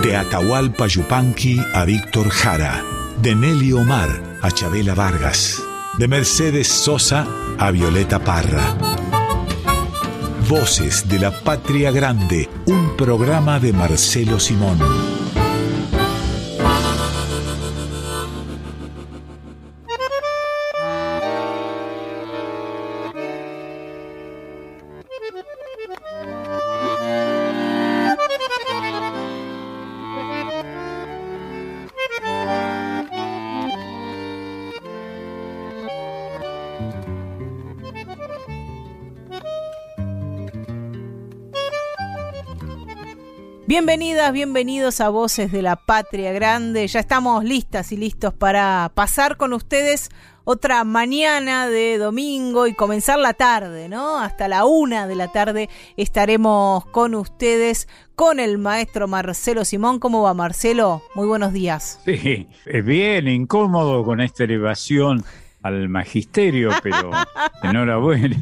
De Atahualpa Yupanqui a Víctor Jara, de Nelly Omar a Chabela Vargas, de Mercedes Sosa a Violeta Parra. Voces de la Patria Grande, un programa de Marcelo Simón. Bienvenidas, bienvenidos a Voces de la Patria Grande. Ya estamos listas y listos para pasar con ustedes otra mañana de domingo y comenzar la tarde, ¿no? Hasta la 1 de la tarde estaremos con ustedes, con el maestro Marcelo Simón. ¿Cómo va, Marcelo? Muy buenos días. Sí, es bien incómodo con esta elevación al magisterio, pero enhorabuena.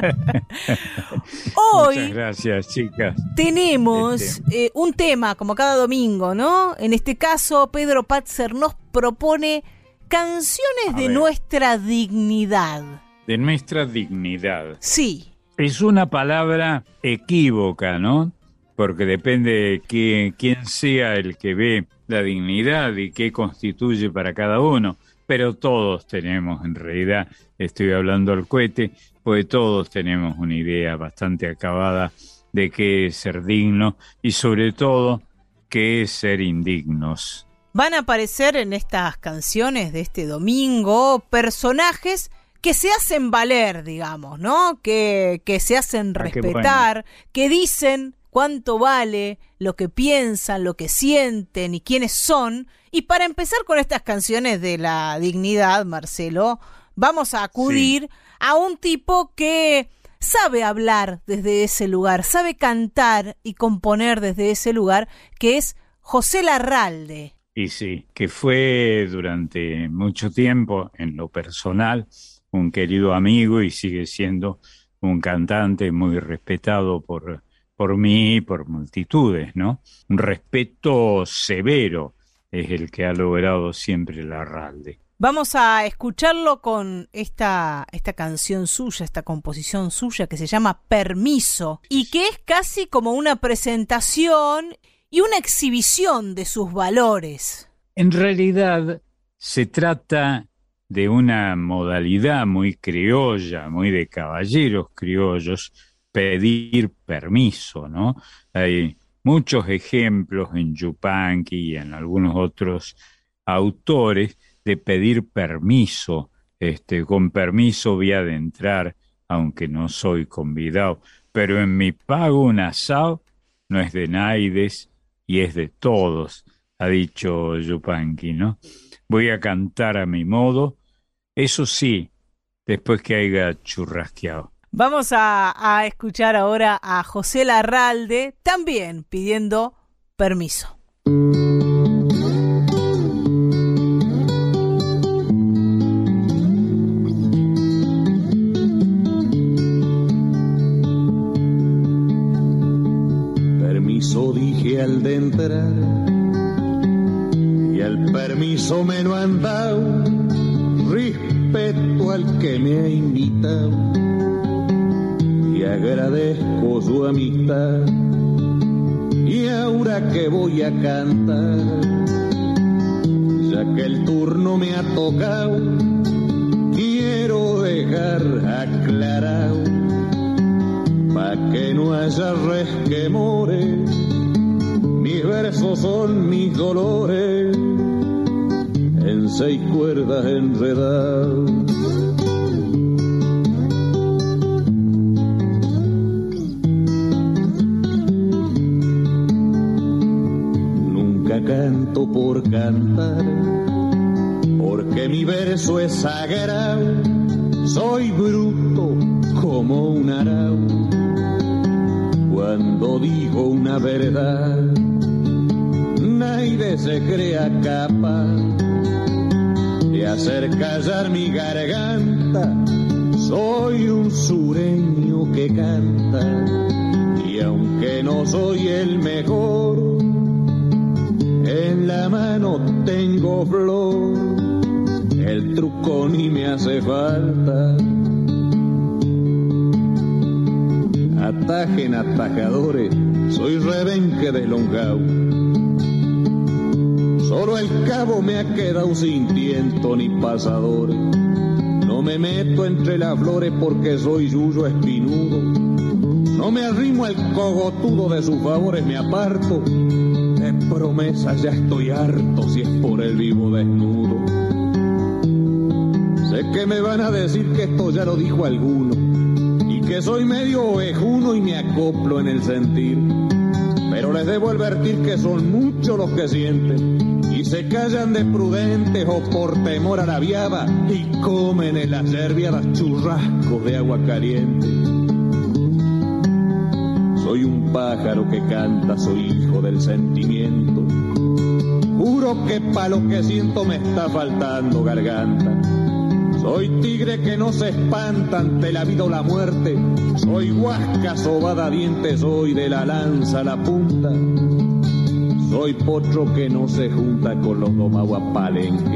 Hoy muchas gracias, chicas. Tenemos un tema, como cada domingo, ¿no? En este caso, Pedro Patzer nos propone canciones de nuestra dignidad. De nuestra dignidad. Sí. Es una palabra equívoca, ¿no? Porque depende de quién sea el que ve la dignidad y qué constituye para cada uno. Pero todos tenemos, en realidad, estoy hablando al cohete, pues todos tenemos una idea bastante acabada de qué es ser digno y sobre todo qué es ser indignos. Van a aparecer en estas canciones de este domingo personajes que se hacen valer, digamos, ¿no? Que se hacen respetar, que dicen cuánto vale lo que piensan, lo que sienten y quiénes son. Y para empezar con estas canciones de la dignidad, Marcelo, vamos a acudir a un tipo que sabe hablar desde ese lugar, sabe cantar y componer desde ese lugar, que es José Larralde. Y sí, que fue durante mucho tiempo, en lo personal, un querido amigo y sigue siendo un cantante muy respetado por mí y por multitudes, ¿no? Un respeto severo es el que ha logrado siempre Larralde. Vamos a escucharlo con esta canción suya, esta composición suya que se llama Permiso y que es casi como una presentación y una exhibición de sus valores. En realidad se trata de una modalidad muy criolla, muy de caballeros criollos, pedir permiso, ¿no? Hay muchos ejemplos en Yupanqui y en algunos otros autores de pedir permiso. Con permiso voy a adentrar, aunque no soy convidado, pero en mi pago un asado no es de naides y es de todos, ha dicho Yupanqui, ¿no? Voy a cantar a mi modo, eso sí, después que haya churrasqueado. Vamos a escuchar ahora a José Larralde también pidiendo permiso. Permiso dije al de entrar y al permiso me lo han dado, respeto al que me ha invitado y agradezco su amistad. Y ahora que voy a cantar, ya que el turno me ha tocado, quiero dejar aclarado, pa' que no haya resquemores, mis versos son mis dolores, en 6 cuerdas enredados. Canto por cantar, porque mi verso es sagrado, soy bruto como un arao, cuando digo una verdad, nadie se crea capaz de hacer callar mi garganta, soy un sureño que canta, y aunque no soy el mejor, en la mano tengo flor, el truco ni me hace falta. Atajen atajadores, soy rebenque de Lonjau. Solo el cabo me ha quedado sin tiento ni pasadores. No me meto entre las flores porque soy yuyo espinudo. No me arrimo al cogotudo, de sus favores me aparto. De promesas ya estoy harto si es por el vivo desnudo. Sé que me van a decir que esto ya lo dijo alguno, que soy medio ovejuno y me acoplo en el sentir, pero les debo advertir que son muchos los que sienten y se callan de prudentes o por temor a la viaba y comen en las yerbiadas churrascos de agua caliente. Soy un pájaro que canta, soy hijo del sentimiento. Juro que pa' lo que siento me está faltando garganta. Soy tigre que no se espanta ante la vida o la muerte. Soy huasca sobada a dientes, soy de la lanza a la punta. Soy potro que no se junta con los domados a palenque.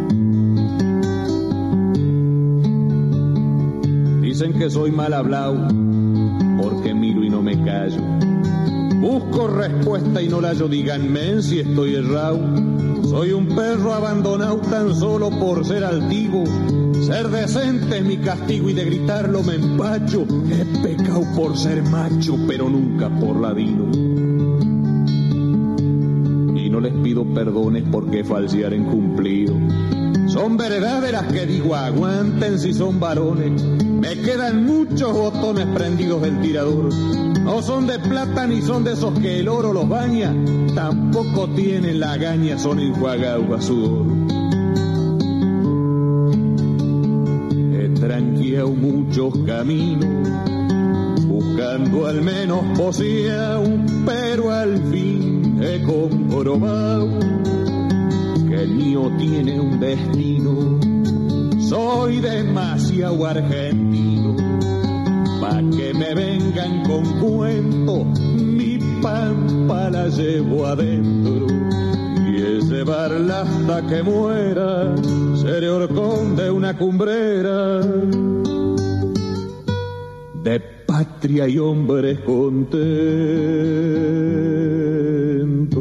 Dicen que soy mal hablado porque miro y no me callo. Busco respuesta y no la hallo, díganme si estoy errado. Soy un perro abandonado tan solo por ser altivo. Ser decente es mi castigo y de gritarlo me empacho. He pecado por ser macho, pero nunca por ladino. Y no les pido perdones porque falsear en cumplido. Son verdades las que digo, aguanten si son varones. Me quedan muchos botones prendidos del tirador. No son de plata ni son de esos que el oro los baña. Tampoco tienen la gaña, son enjuagados a sudor. He tranqueado muchos caminos, buscando al menos poesía, pero al fin he comprobado que el mío tiene un destino. Soy demasiado argentino pa' que me vengan con cuento. Mi pampa la llevo adentro y es llevarla hasta que muera. Seré horcón de una cumbrera, de patria y hombres contentos.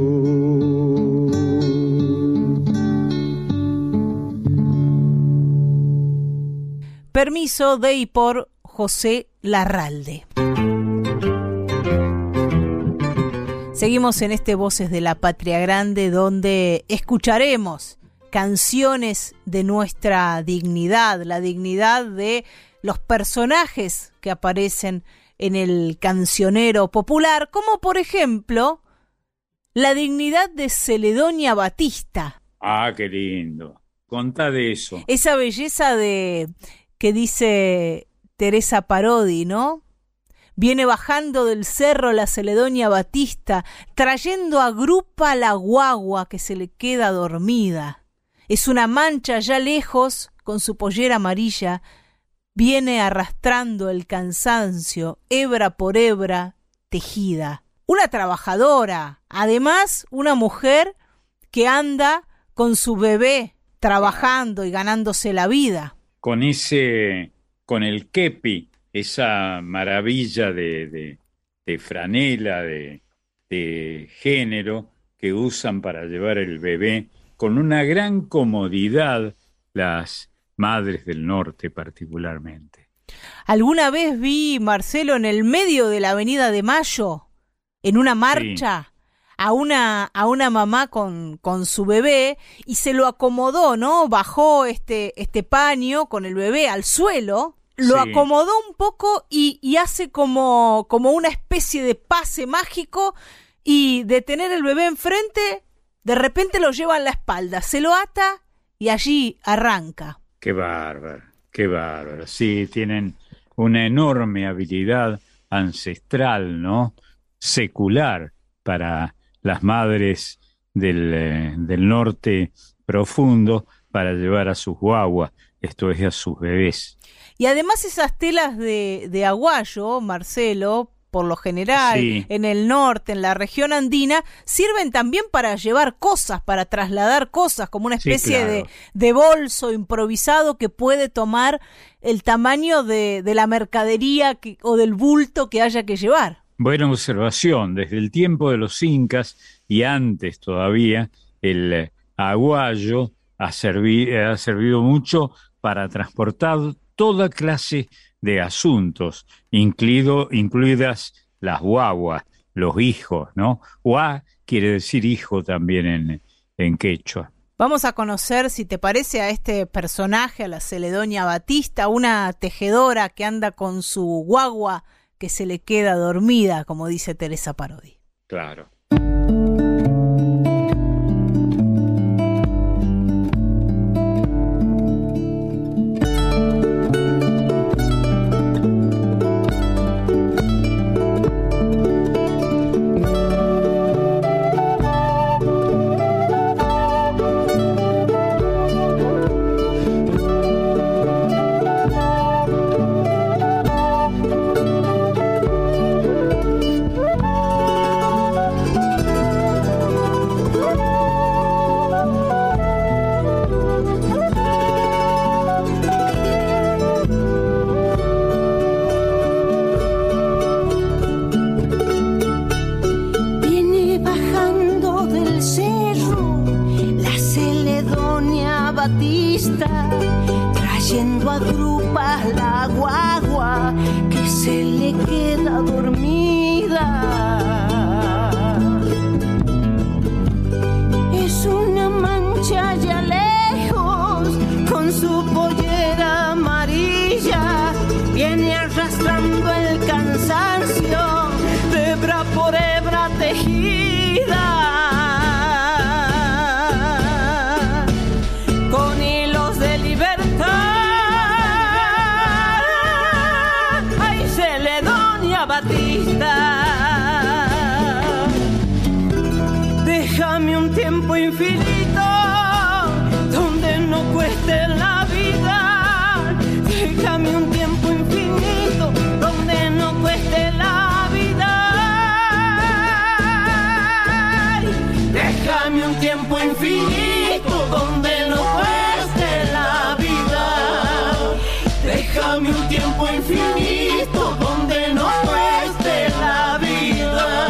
Permiso de y por José Larralde. Seguimos en este Voces de la Patria Grande, donde escucharemos canciones de nuestra dignidad, la dignidad de los personajes que aparecen en el cancionero popular, como por ejemplo la dignidad de Celedonia Batista. Ah, qué lindo. Contá de eso. Esa belleza de que dice Teresa Parodi, ¿no? Viene bajando del cerro la Celedonia Batista, trayendo a grupa la guagua que se le queda dormida. Es una mancha ya lejos, con su pollera amarilla, viene arrastrando el cansancio, hebra por hebra, tejida. Una trabajadora, además una mujer que anda con su bebé, trabajando y ganándose la vida. Con el kepi, esa maravilla de franela, de género que usan para llevar el bebé, con una gran comodidad las madres del norte particularmente. Alguna vez vi, Marcelo, en el medio de la Avenida de Mayo, en una marcha, sí, a una mamá con su bebé y se lo acomodó, ¿no? Bajó este paño con el bebé al suelo, lo sí, acomodó un poco y hace como una especie de pase mágico, y de tener el bebé enfrente, de repente lo lleva en la espalda, se lo ata y allí arranca. Qué bárbaro, qué bárbaro. Sí, tienen una enorme habilidad ancestral, ¿no? Secular para las madres del norte profundo para llevar a sus guaguas, esto es, a sus bebés. Y además esas telas de aguayo, Marcelo, por lo general, en el norte, en la región andina, sirven también para llevar cosas, para trasladar cosas, como una especie de bolso improvisado que puede tomar el tamaño de la mercadería o del bulto que haya que llevar. Buena observación. Desde el tiempo de los incas y antes todavía, el aguayo ha servido mucho para transportar toda clase de asuntos, incluidas las guaguas, los hijos, ¿no? Gua quiere decir hijo también en quechua. Vamos a conocer, si te parece, a este personaje, a la Celedonia Batista, una tejedora que anda con su guagua que se le queda dormida, como dice Teresa Parodi. Claro. Trayendo a grupas la guagua que se le queda dormida. Es una mancha allá lejos con su pollera amarilla. Viene arrastrando el cansancio de hebra por hebra tejida. Déjame un tiempo infinito donde no cueste la vida. Déjame un tiempo infinito donde no cueste la vida. Déjame un tiempo infinito donde no cueste la vida. Déjame un tiempo infinito donde no cueste la vida.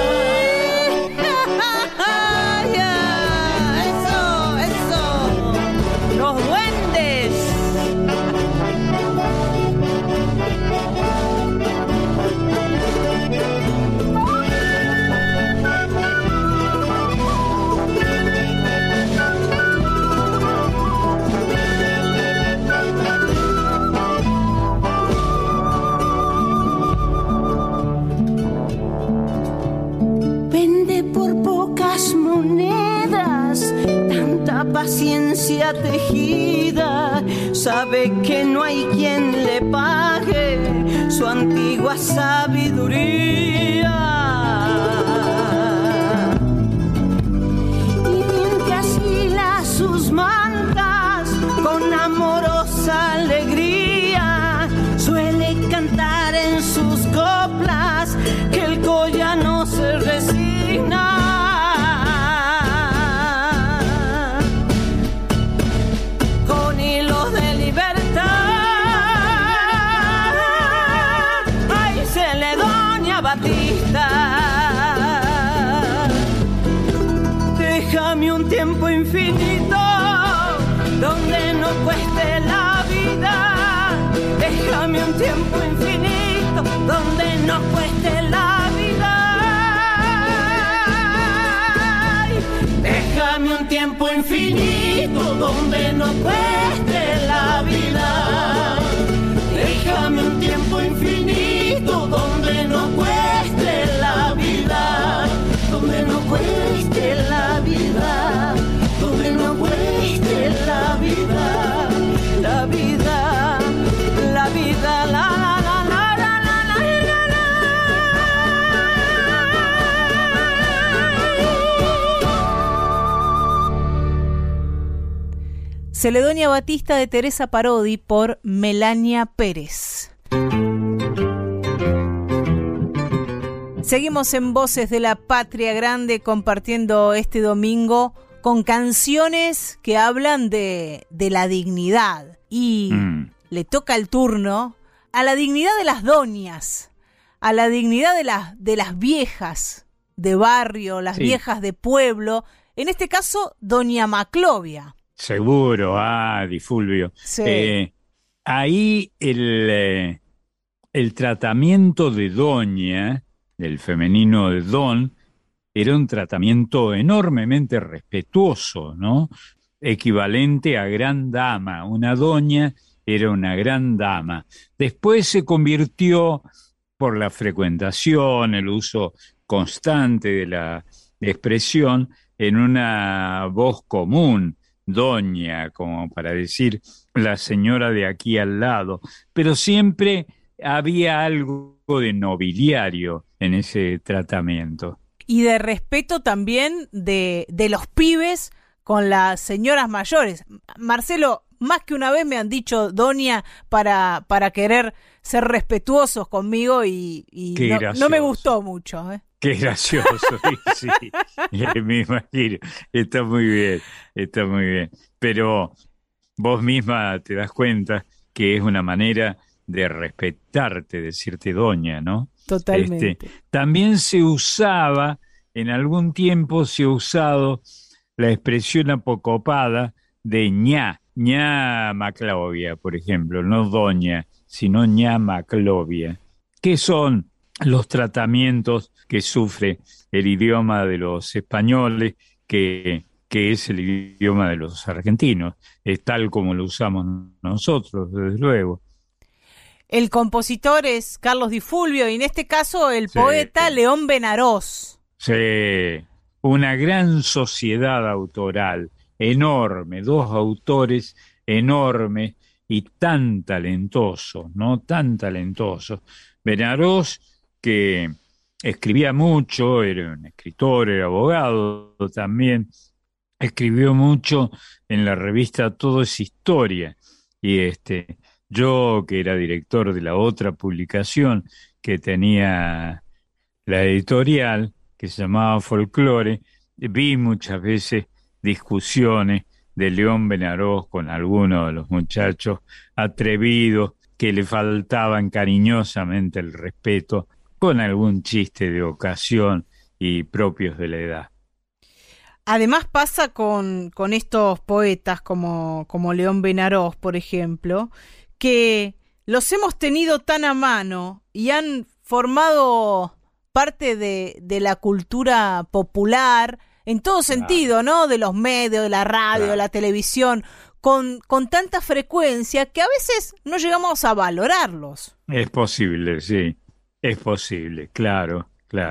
Monedas, tanta paciencia tejida, sabe que no hay quien le pague su antigua sabiduría. Y mientras hila sus mantas con amorosa alegría, suele cantar en sus coplas que el colla no se resigna. Déjame un tiempo infinito donde no cueste la vida. Déjame un tiempo infinito donde no cueste la vida. Déjame un tiempo infinito donde no cueste la vida. Déjame un tiempo infinito donde no cueste la vida. Donde no cueste la vida. Donde no cueste la vida. La vida, la vida, la la la la la la la la. Celedonia Batista de Teresa Parodi por Melania Pérez. Seguimos en Voces de la Patria Grande compartiendo este domingo con canciones que hablan de la dignidad. Y le toca el turno a la dignidad de las doñas, a la dignidad de las viejas de barrio, las viejas de pueblo, en este caso Doña Maclovia. Seguro, Di Fulvio. Sí. Ahí el tratamiento de doña, del femenino de don, era un tratamiento enormemente respetuoso, ¿no? Equivalente a gran dama. Una doña era una gran dama. Después se convirtió, por la frecuentación, el uso constante de la expresión, en una voz común, doña, como para decir la señora de aquí al lado, pero siempre había algo de nobiliario en ese tratamiento. Y de respeto también de los pibes con las señoras mayores. Marcelo, más que una vez me han dicho doña para querer ser respetuosos conmigo y no me gustó mucho. Qué gracioso, sí, me imagino. Está muy bien. Pero vos misma te das cuenta que es una manera de respetarte, decirte doña, ¿no? Totalmente. También se usaba, en algún tiempo se ha usado la expresión apocopada de ña Maclovia, por ejemplo, no doña, sino ña Maclovia. ¿Qué son los tratamientos que sufre el idioma de los españoles, que es el idioma de los argentinos? Es tal como lo usamos nosotros, desde luego. El compositor es Carlos Di Fulvio y en este caso el poeta León Benarós. Sí, una gran sociedad autoral, enorme, dos autores enormes y tan talentosos, ¿no? Tan talentosos. Benarós, que escribía mucho, era un escritor, era abogado también, escribió mucho en la revista Todo es Historia, y yo, que era director de la otra publicación que tenía la editorial, que se llamaba Folclore, vi muchas veces discusiones de León Benarós con algunos de los muchachos atrevidos que le faltaban cariñosamente el respeto, con algún chiste de ocasión y propios de la edad. Además pasa con estos poetas como León Benarós, por ejemplo, que los hemos tenido tan a mano y han formado parte de la cultura popular en todo sentido, ¿no? De los medios, de la radio, de la televisión, con tanta frecuencia que a veces no llegamos a valorarlos. Es posible, sí, es posible, claro.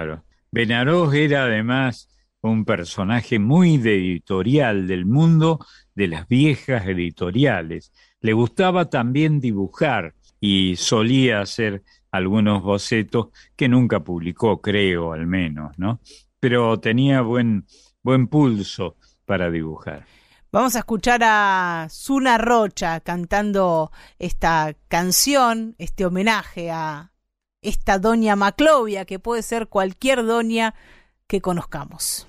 Benarós era además un personaje muy de editorial, del mundo de las viejas editoriales. Le gustaba también dibujar y solía hacer algunos bocetos que nunca publicó, creo, al menos, ¿no? Pero tenía buen pulso para dibujar. Vamos a escuchar a Zuna Rocha cantando esta canción, este homenaje a esta Doña Maclovia, que puede ser cualquier doña que conozcamos.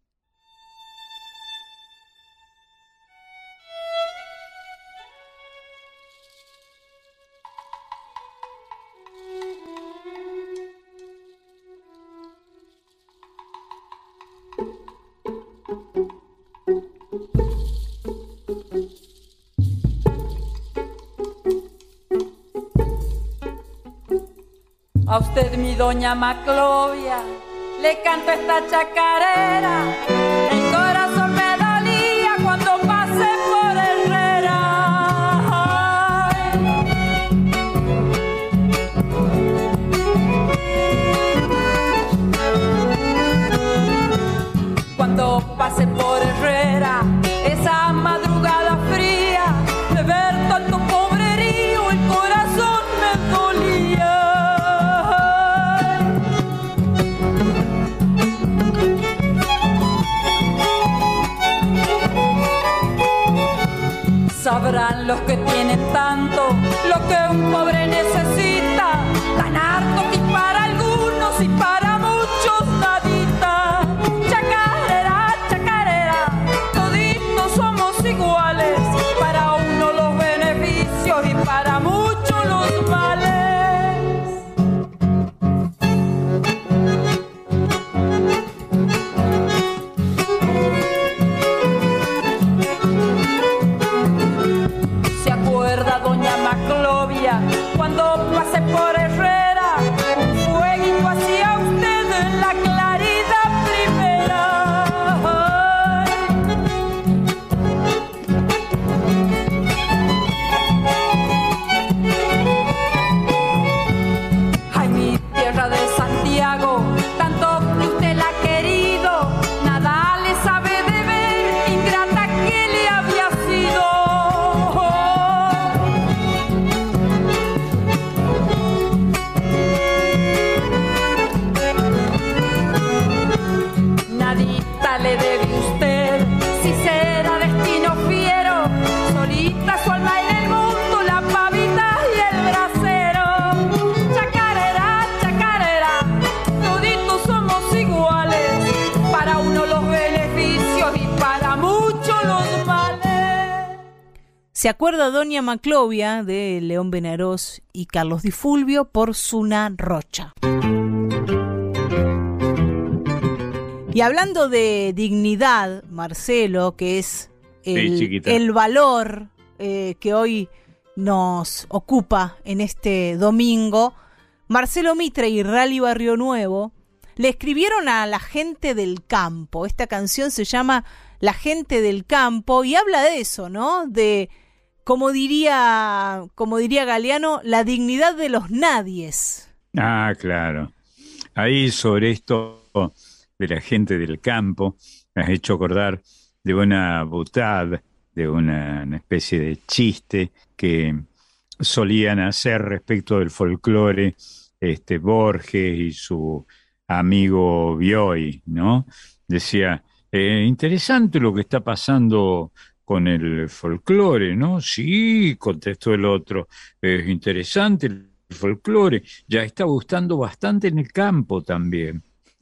A usted, mi doña Maclovia, le canto esta chacarera. El corazón me dolía cuando pasé por Herrera. Cuando pasé por Herrera, esa madrugada fría, de ver tanto pobrerío, el corazón me dolía. Sabrán los que tienen tanto lo que un pobre necesita, tan harto que para algunos y para muchos Se acuerda Doña Maclovia de León Benarós y Carlos Di Fulvio por Zuna Rocha. Y hablando de dignidad, Marcelo, que es el valor que hoy nos ocupa en este domingo, Marcelo Mitre y Rally Barrio Nuevo le escribieron a la gente del campo. Esta canción se llama La gente del campo y habla de eso, ¿no? De, como diría Galeano, la dignidad de los nadies. Ah, claro. Ahí sobre esto de la gente del campo me has hecho acordar de una boutade, de una especie de chiste que solían hacer respecto del folclore Borges y su amigo Bioy, ¿no? Decía, interesante lo que está pasando con el folclore, ¿no? Sí, contestó el otro, es interesante el folclore, ya está gustando bastante en el campo también.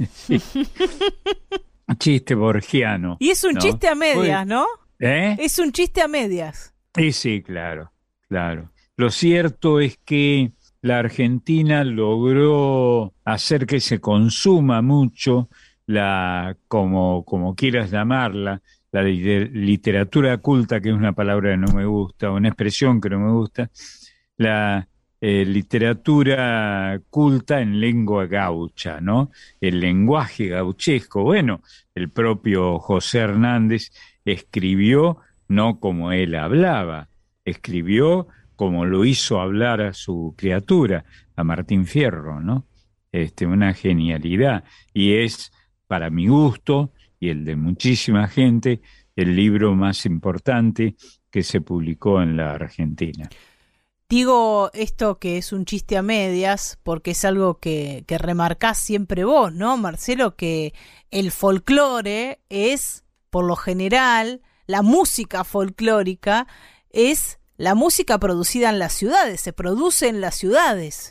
Chiste borgiano. Y es un, ¿no?, chiste a medias, ¿no? ¿Eh? Es un chiste a medias. Sí, claro. Lo cierto es que la Argentina logró hacer que se consuma mucho como quieras llamarla, la literatura culta, que es una palabra que no me gusta, una expresión que no me gusta, la literatura culta en lengua gaucha, ¿no? El lenguaje gauchesco. Bueno, el propio José Hernández escribió no como él hablaba, escribió como lo hizo hablar a su criatura, a Martín Fierro, ¿no? Una genialidad. Y es, para mi gusto y el de muchísima gente, el libro más importante que se publicó en la Argentina. Digo esto que es un chiste a medias porque es algo que remarcás siempre vos, ¿no, Marcelo? Que el folclore es, por lo general, la música folclórica es la música producida en las ciudades, se produce en las ciudades.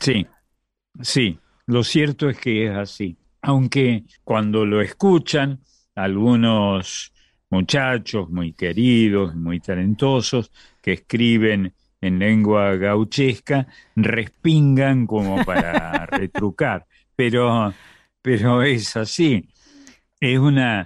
Sí, lo cierto es que es así. Aunque cuando lo escuchan algunos muchachos muy queridos, muy talentosos, que escriben en lengua gauchesca, respingan como para retrucar, pero es así, es una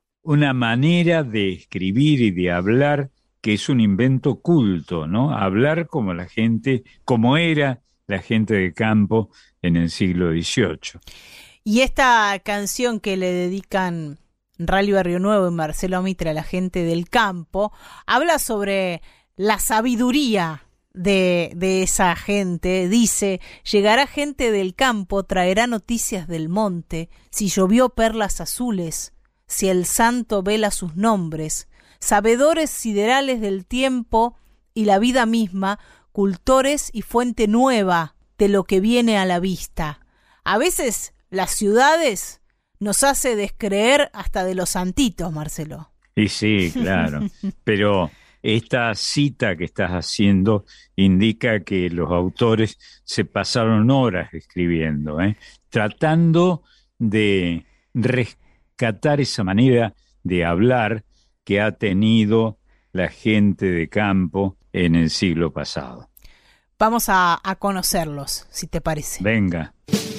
manera de escribir y de hablar que es un invento culto, ¿no? Hablar como la gente, como era la gente de campo en el siglo XVIII. Y esta canción que le dedican Rally Barrio Nuevo y Marcelo Mitre a la gente del campo, habla sobre la sabiduría de esa gente. Dice, llegará gente del campo, traerá noticias del monte, si llovió perlas azules, si el santo vela sus nombres, sabedores siderales del tiempo y la vida misma, cultores y fuente nueva de lo que viene a la vista. A veces las ciudades nos hace descreer hasta de los santitos, Marcelo. Y sí, claro, pero esta cita que estás haciendo indica que los autores se pasaron horas escribiendo, tratando de rescatar esa manera de hablar que ha tenido la gente de campo en el siglo pasado. Vamos a conocerlos, si te parece. Venga.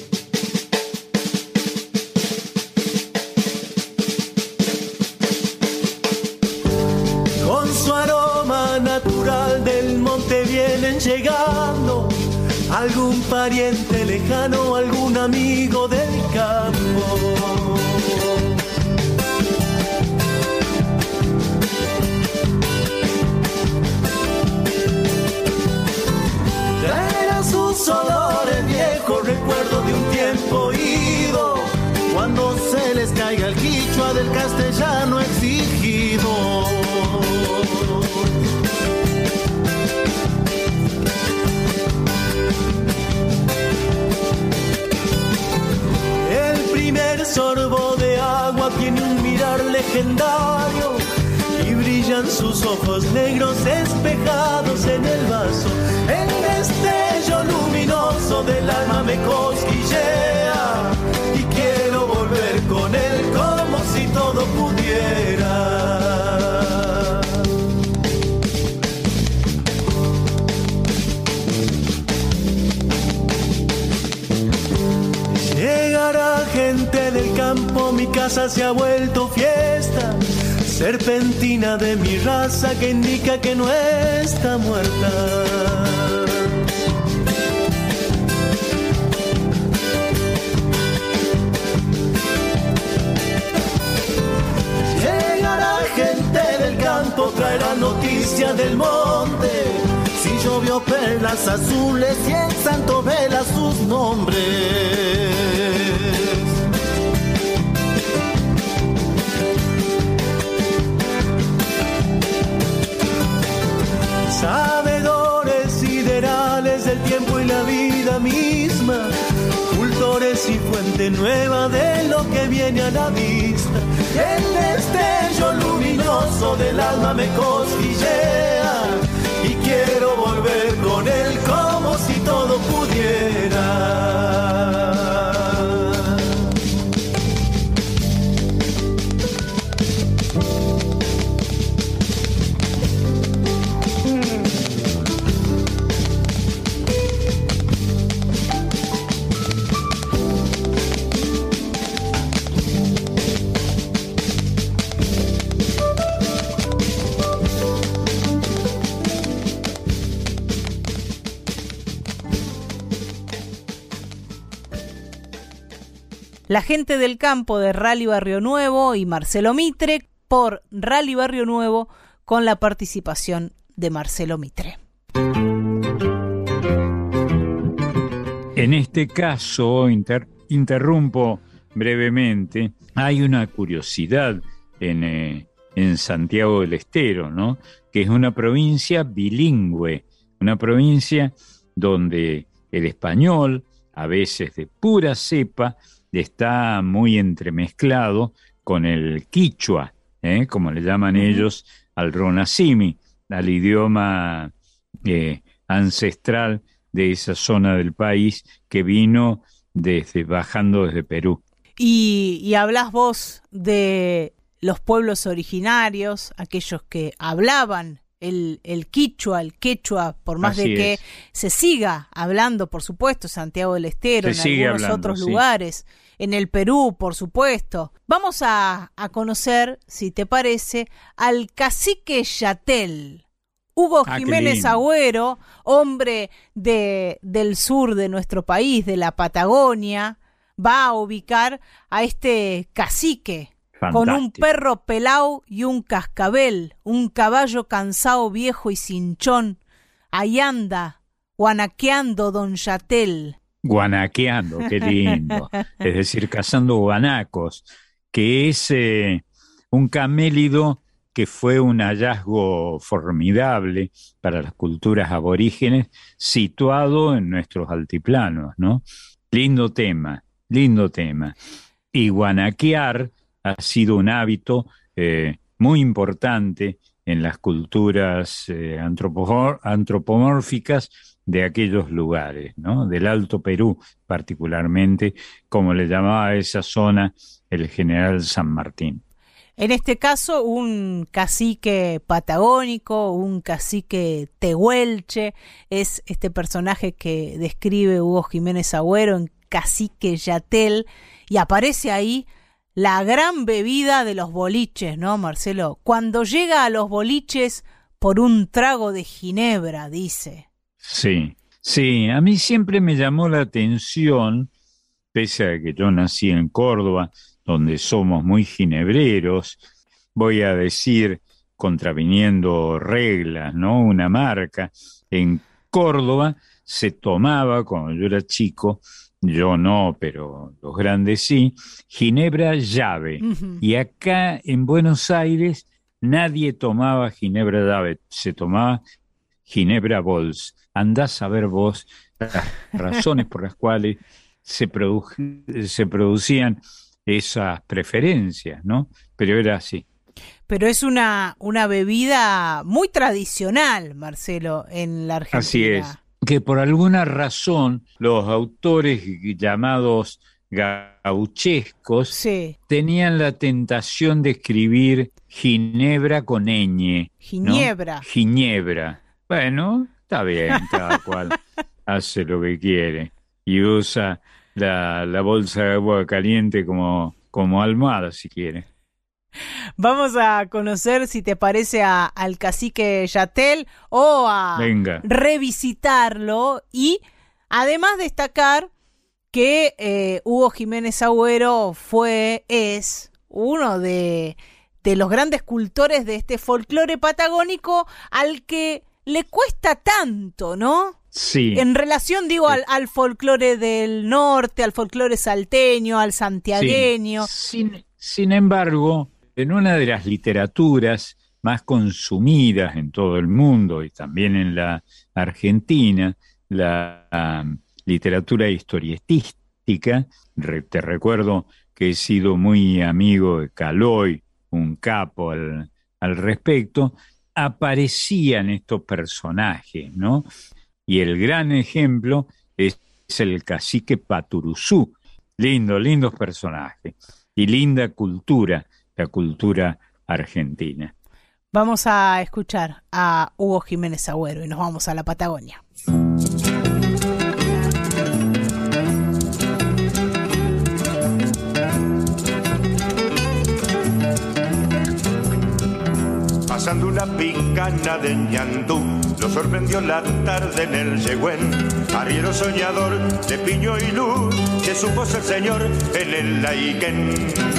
Con su aroma natural del monte vienen llegando algún pariente lejano, algún amigo del campo. Traerá sus olores viejos, recuerdo de un tiempo ido, cuando se les caiga el quichua del castellano exigido. El primer sorbo de agua tiene un mirar legendario y brillan sus ojos negros espejados en el vaso. El destello luminoso del alma me cosquillea y quiero volver con él como si todo pudiera. gente del campo, mi casa se ha vuelto fiesta, serpentina de mi raza que indica que no está muerta. Llegará gente del campo, traerá noticias del monte, si llovió perlas azules y el santo vela sus nombres. Sabedores siderales del tiempo y la vida misma, cultores y fuente nueva de lo que viene a la vista. El destello luminoso del alma me cosquillea y quiero volver con él como si todo pudiera. La gente del campo de Rally Barrio Nuevo y Marcelo Mitre por Rally Barrio Nuevo con la participación de Marcelo Mitre. En este caso, interrumpo brevemente, hay una curiosidad en Santiago del Estero, ¿no? Que es una provincia bilingüe, una provincia donde el español, a veces de pura cepa, está muy entremezclado con el quichua, como le llaman ellos al ronasimi, al idioma ancestral de esa zona del país que vino bajando desde Perú. Y hablas vos de los pueblos originarios, aquellos que hablaban el quechua, por más Así de que es. se siga hablando, por supuesto, Santiago del Estero, en algunos otros lugares, en el Perú, por supuesto. Vamos a conocer, si te parece, al cacique Yatel, Hugo Jiménez Agüero, hombre del sur de nuestro país, de la Patagonia, va a ubicar a este cacique. Fantástico. Con un perro pelao y un cascabel, un caballo cansado, viejo y cinchón. Ahí anda, guanaqueando don Yatel. Guanaqueando, qué lindo. Es decir, cazando guanacos, que es un camélido que fue un hallazgo formidable para las culturas aborígenes, situado en nuestros altiplanos, ¿no? Lindo tema, lindo tema. Y guanaquear ha sido un hábito muy importante en las culturas antropomórficas de aquellos lugares, ¿no? Del Alto Perú particularmente, como le llamaba a esa zona el general San Martín. En este caso, un cacique patagónico, un cacique tehuelche, es este personaje que describe Hugo Jiménez Agüero en Cacique Yatel, y aparece ahí la gran bebida de los boliches, ¿no, Marcelo? Cuando llega a los boliches por un trago de ginebra, dice. Sí, a mí siempre me llamó la atención, pese a que yo nací en Córdoba, donde somos muy ginebreros, voy a decir, contraviniendo reglas, ¿no? Una marca. En Córdoba se tomaba, cuando yo era chico, yo no, pero los grandes sí, ginebra llave. Uh-huh. Y acá en Buenos Aires nadie tomaba ginebra llave, se tomaba ginebra Bols. Andás a ver vos las razones por las cuales se producían esas preferencias, ¿no? Pero era así. Pero es una bebida muy tradicional, Marcelo, en la Argentina. Así es. Que por alguna razón los autores llamados gauchescos sí. tenían la tentación de escribir ginebra con ñ. Ginebra. ¿No? Ginebra. Bueno, está bien, cada cual hace lo que quiere y usa la bolsa de agua caliente como almohada, si quiere. Vamos a conocer, si te parece, al cacique Yatel o a revisitarlo y además destacar que Hugo Jiménez Agüero es uno de los grandes cultores de este folclore patagónico al que le cuesta tanto, ¿no? Sí. En relación, digo, al folclore del norte, al folclore salteño, al santiagueño. Sí. Sin embargo, en una de las literaturas más consumidas en todo el mundo y también en la Argentina, la literatura historietística, te recuerdo que he sido muy amigo de Calói, un capo al respecto, aparecían estos personajes, ¿no? Y el gran ejemplo es el cacique Paturuzú. Lindos personajes y linda cultura, la cultura argentina. Vamos a escuchar a Hugo Jiménez Agüero y nos vamos a la Patagonia. Pasando una picana de ñandú, lo sorprendió la tarde en el Yegüén. Arriero soñador de piño y luz, que supo ser señor en el Laiquén.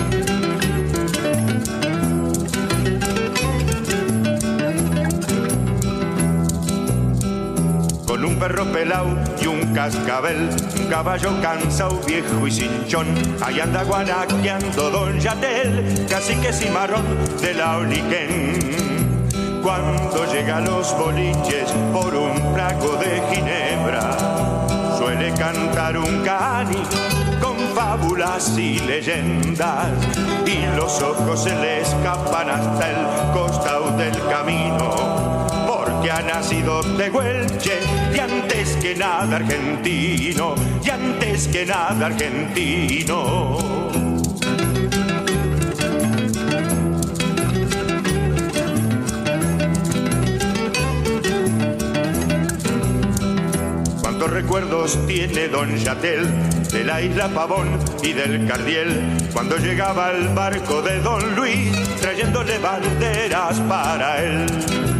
Con un perro pelao y un cascabel, un caballo cansado, viejo y cinchón, ahí anda guanaqueando don Yatel, cacique cimarrón de la Oliquén. Cuando llega a los boliches por un trago de ginebra, suele cantar un cani con fábulas y leyendas, y los ojos se le escapan hasta el costado del camino, porque ha nacido tehuelche y antes que nada argentino, y antes que nada argentino. ¿Cuántos recuerdos tiene don Yatel de la isla Pavón y del Cardiel, cuando llegaba el barco de don Luis trayéndole banderas para él?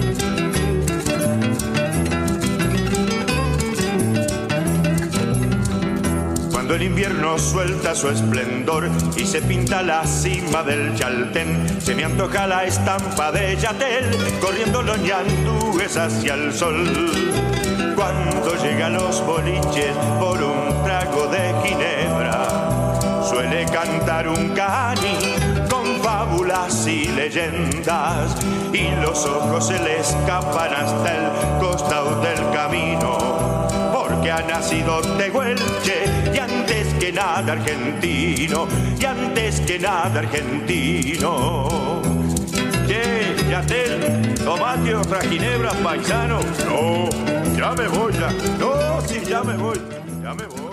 Cuando el invierno suelta su esplendor y se pinta la cima del Chaltén, se me antoja la estampa de Yatel corriendo los ñandúes hacia el sol. Cuando llega a los boliches por un trago de ginebra, suele cantar un cani con fábulas y leyendas, y los ojos se le escapan hasta el costado del camino, porque ha nacido tehuelche y antes que nada argentino, y antes que nada argentino. Che, Yatel, tomate otra ginebra, paisano. No, ya me voy ya. No, sí, ya me voy ya.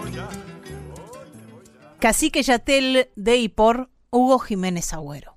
Cacique Yatel de y por Hugo Jiménez Agüero.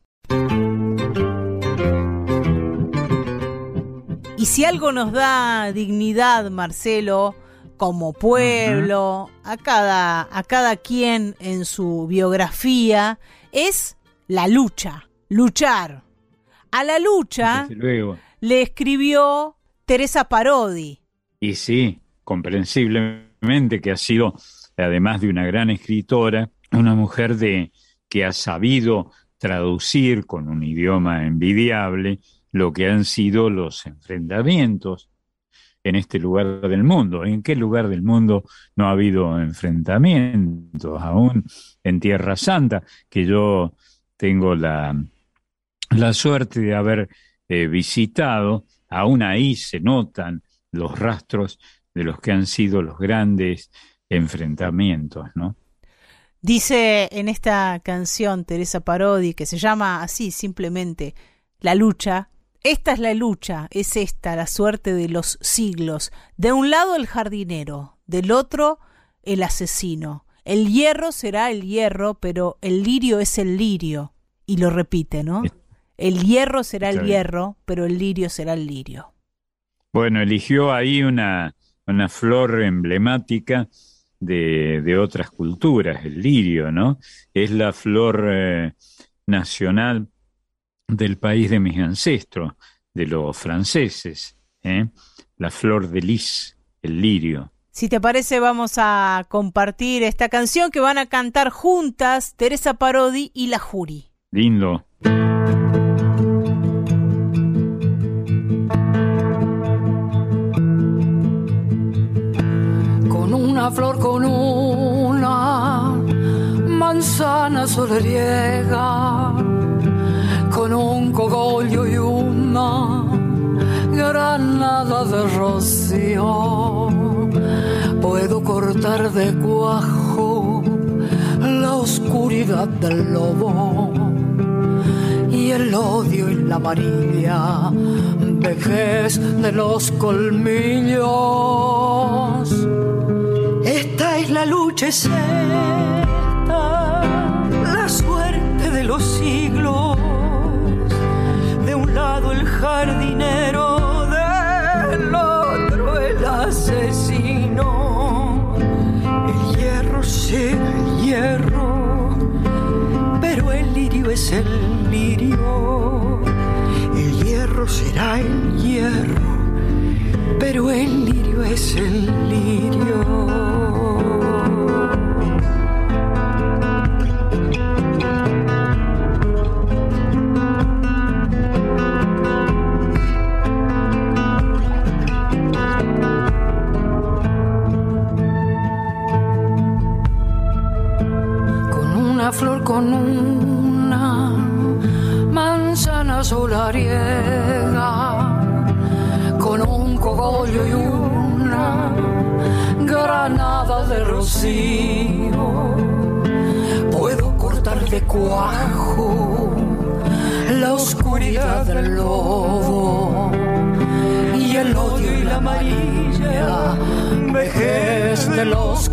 Y si algo nos da dignidad, Marcelo, como pueblo, a cada quien en su biografía, es la lucha, luchar. A la lucha le escribió Teresa Parodi. Y sí, comprensiblemente que ha sido, además de una gran escritora, una mujer que ha sabido traducir con un idioma envidiable lo que han sido los enfrentamientos en este lugar del mundo. ¿En qué lugar del mundo no ha habido enfrentamientos? Aún en Tierra Santa, que yo tengo la suerte de haber visitado, aún ahí se notan los rastros de los que han sido los grandes enfrentamientos, ¿no? Dice en esta canción Teresa Parodi, que se llama así simplemente La lucha, esta es la lucha, es esta la suerte de los siglos. De un lado el jardinero, del otro el asesino. El hierro será el hierro, pero el lirio es el lirio. Y lo repite, ¿no? El hierro será el hierro, pero el lirio será el lirio. Bueno, eligió ahí una flor emblemática de otras culturas, el lirio, ¿no? Es la flor nacional del país de mis ancestros, de los franceses, la flor de lis, el lirio. Si te parece, vamos a compartir esta canción que van a cantar juntas Teresa Parodi y La Juri. Lindo. Con una flor, con una manzana solariega, con un cogollo y una granada de rocío, puedo cortar de cuajo la oscuridad del lobo y el odio y la amarilla vejez de los colmillos. Esta es la lucha, es esta, la suerte de los siglos. De un lado el jardinero, del otro el asesino. El hierro será el hierro, pero el lirio es el lirio. El hierro será el hierro, pero el lirio es el lirio. Flor con una manzana solariega, con un cogollo y una granada de rocío, puedo cortar de cuajo la oscuridad del lobo y el odio y la amarilla vejez de los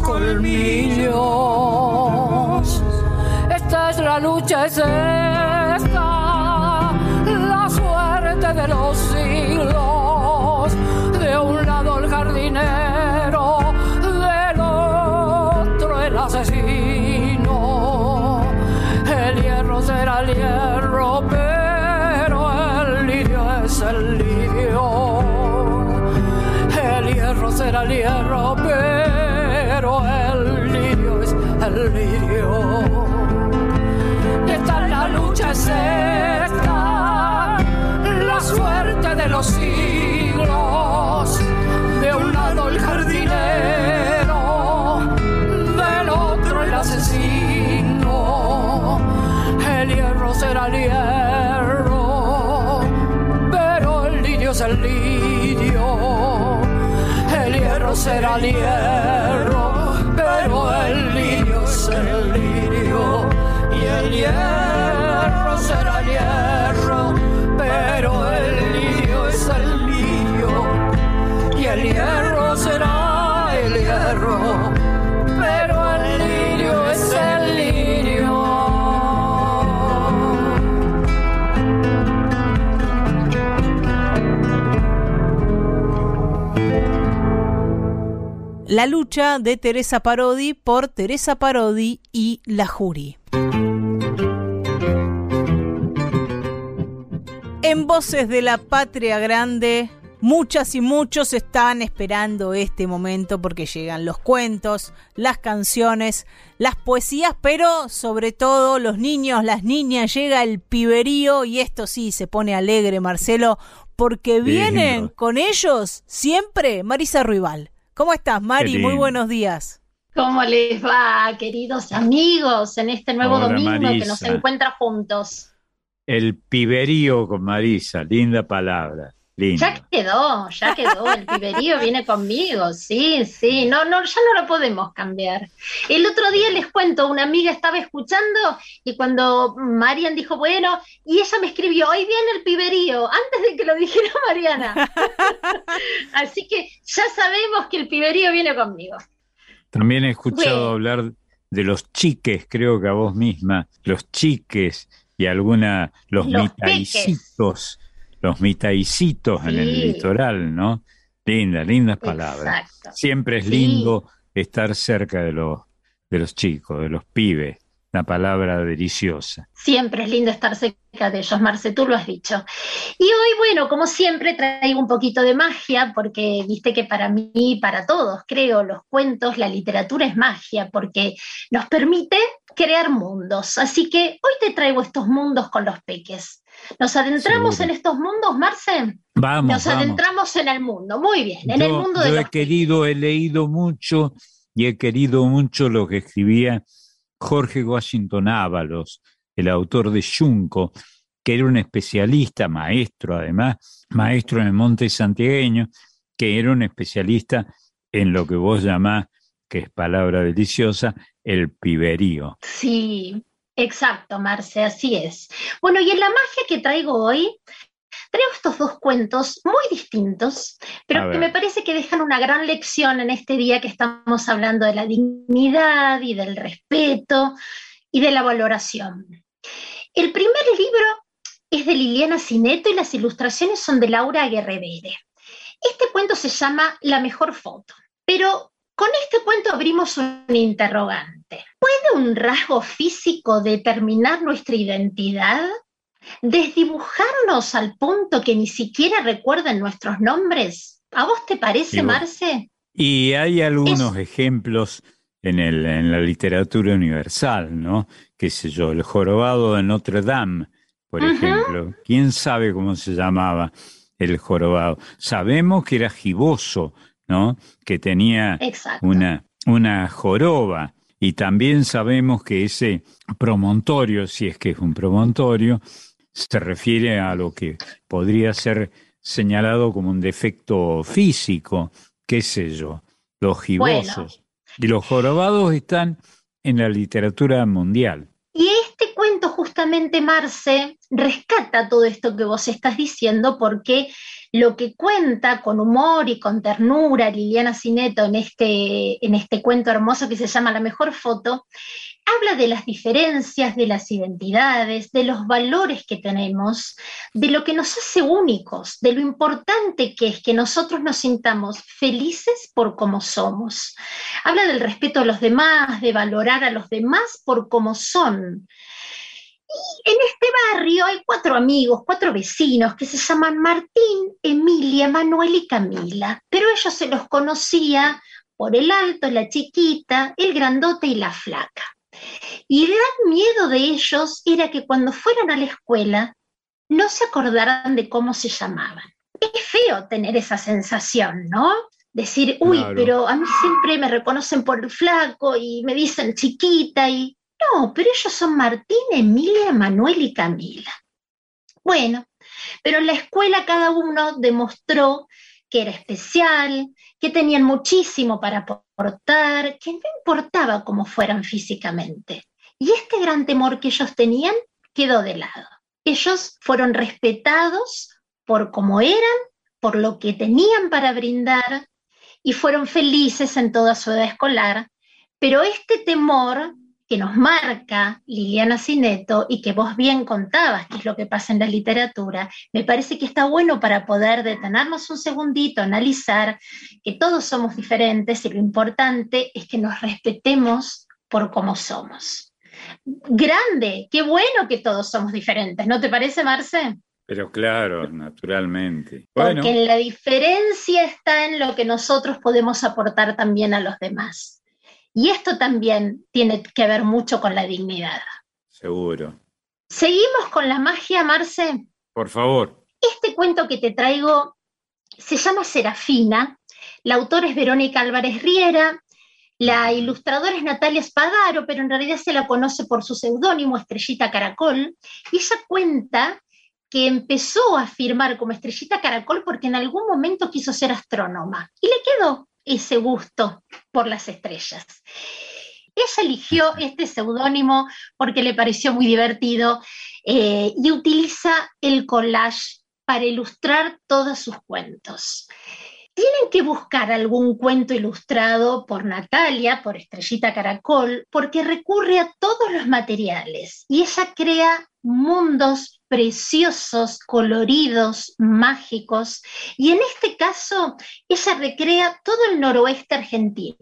colmillos. Esta es la lucha, es esta, la suerte de los siglos. De un lado el jardinero, del otro el asesino. El hierro será el hierro, pero el lirio es el lirio. El hierro será el hierro, pero el lirio es el lirio. La lucha es esta, la suerte de los siglos. De un lado el jardinero, del otro el asesino. El hierro será el hierro, pero el lirio es el lirio. El hierro será el hierro, pero el lirio es el lirio. Y el hierro será hierro, pero el lirio es el lirio. Y el hierro será el hierro, pero el lirio es el lirio. La lucha de Teresa Parodi por Teresa Parodi y La Juri. En Voces de la Patria Grande, muchas y muchos están esperando este momento porque llegan los cuentos, las canciones, las poesías, pero sobre todo los niños, las niñas, llega el piberío y esto sí se pone alegre, Marcelo, porque vienen con ellos siempre Marisa Ruibal. ¿Cómo estás, Mari? Muy buenos días. ¿Cómo les va, queridos amigos, en este nuevo domingo Marisa, que nos encuentra juntos? El piberío con Marisa, linda palabra. Lindo. Ya quedó, el piberío viene conmigo, sí, no, ya no lo podemos cambiar. El otro día les cuento, una amiga estaba escuchando y cuando Marian dijo, bueno, y ella me escribió, hoy viene el piberío, antes de que lo dijera Mariana. Así que ya sabemos que el piberío viene conmigo. También he escuchado hablar de los chiques, creo que a vos misma, los chiques y los mitaicitos. Los mitaicitos en el litoral, ¿no? Lindas palabras. Exacto. Siempre es lindo estar cerca de los chicos, de los pibes. Una palabra deliciosa. Siempre es lindo estar cerca de ellos, Marce, tú lo has dicho. Y hoy, bueno, como siempre, traigo un poquito de magia, porque viste que para mí, para todos, creo, los cuentos, la literatura es magia, porque nos permite crear mundos. Así que hoy te traigo estos mundos con los peques. ¿Nos adentramos en estos mundos, Marce? Vamos. Nos adentramos en el mundo, muy bien, en el mundo de los peques. He leído mucho y he querido mucho lo que escribía Jorge Washington Ábalos, el autor de Yunco, que era un especialista, maestro además, maestro en el monte santiagueño, que era un especialista en lo que vos llamás, que es palabra deliciosa, el piberío. Sí, exacto, Marce, así es. Bueno, y en la magia que traigo hoy, traigo estos dos cuentos muy distintos, pero que me parece que dejan una gran lección en este día que estamos hablando de la dignidad y del respeto y de la valoración. El primer libro es de Liliana Cineto y las ilustraciones son de Laura Guerrevere. Este cuento se llama La mejor foto, pero con este cuento abrimos un interrogante. ¿Puede un rasgo físico determinar nuestra identidad? ¿Desdibujarnos al punto que ni siquiera recuerden nuestros nombres? ¿A vos te parece, Marce? Y hay algunos ejemplos en la literatura universal, ¿no? Qué sé yo, el jorobado de Notre Dame, por ejemplo. ¿Quién sabe cómo se llamaba el jorobado? Sabemos que era giboso, ¿no? Que tenía una joroba. Y también sabemos que ese promontorio, si es que es un promontorio, se refiere a lo que podría ser señalado como un defecto físico, qué sé yo, los gibosos. Bueno. Y los jorobados están en la literatura mundial. Y este cuento justamente, Marce, rescata todo esto que vos estás diciendo, porque lo que cuenta con humor y con ternura Liliana Cineto en este cuento hermoso que se llama La mejor foto, habla de las diferencias, de las identidades, de los valores que tenemos, de lo que nos hace únicos, de lo importante que es que nosotros nos sintamos felices por cómo somos. Habla del respeto a los demás, de valorar a los demás por cómo son. Y en este barrio hay 4 amigos, 4 vecinos que se llaman Martín, Emilia, Manuel y Camila, pero ellos se los conocía por el alto, la chiquita, el grandote y la flaca. Y el gran miedo de ellos era que cuando fueran a la escuela no se acordaran de cómo se llamaban. Es feo tener esa sensación, ¿no? Decir, uy, claro, pero a mí siempre me reconocen por el flaco y me dicen chiquita y... No, pero ellos son Martín, Emilia, Manuel y Camila. Bueno, pero en la escuela cada uno demostró que era especial, que tenían muchísimo para aportar, que no importaba cómo fueran físicamente. Y este gran temor que ellos tenían quedó de lado. Ellos fueron respetados por cómo eran, por lo que tenían para brindar, y fueron felices en toda su edad escolar, pero este temor que nos marca Liliana Cineto y que vos bien contabas, que es lo que pasa en la literatura, me parece que está bueno para poder detenernos un segundito, analizar que todos somos diferentes y lo importante es que nos respetemos por cómo somos. Grande, qué bueno que todos somos diferentes, ¿no te parece, Marce? Pero claro, naturalmente. Porque bueno, la diferencia está en lo que nosotros podemos aportar también a los demás. Y esto también tiene que ver mucho con la dignidad. Seguro. ¿Seguimos con la magia, Marce? Por favor. Este cuento que te traigo se llama Serafina. La autora es Verónica Álvarez Riera. La ilustradora es Natalia Spadaro, pero en realidad se la conoce por su seudónimo Estrellita Caracol. Y ella cuenta que empezó a firmar como Estrellita Caracol porque en algún momento quiso ser astrónoma. Y le quedó ese gusto por las estrellas. Ella eligió este seudónimo porque le pareció muy divertido y utiliza el collage para ilustrar todos sus cuentos. Tienen que buscar algún cuento ilustrado por Natalia, por Estrellita Caracol, porque recurre a todos los materiales y ella crea mundos preciosos, coloridos, mágicos, y en este caso ella recrea todo el noroeste argentino.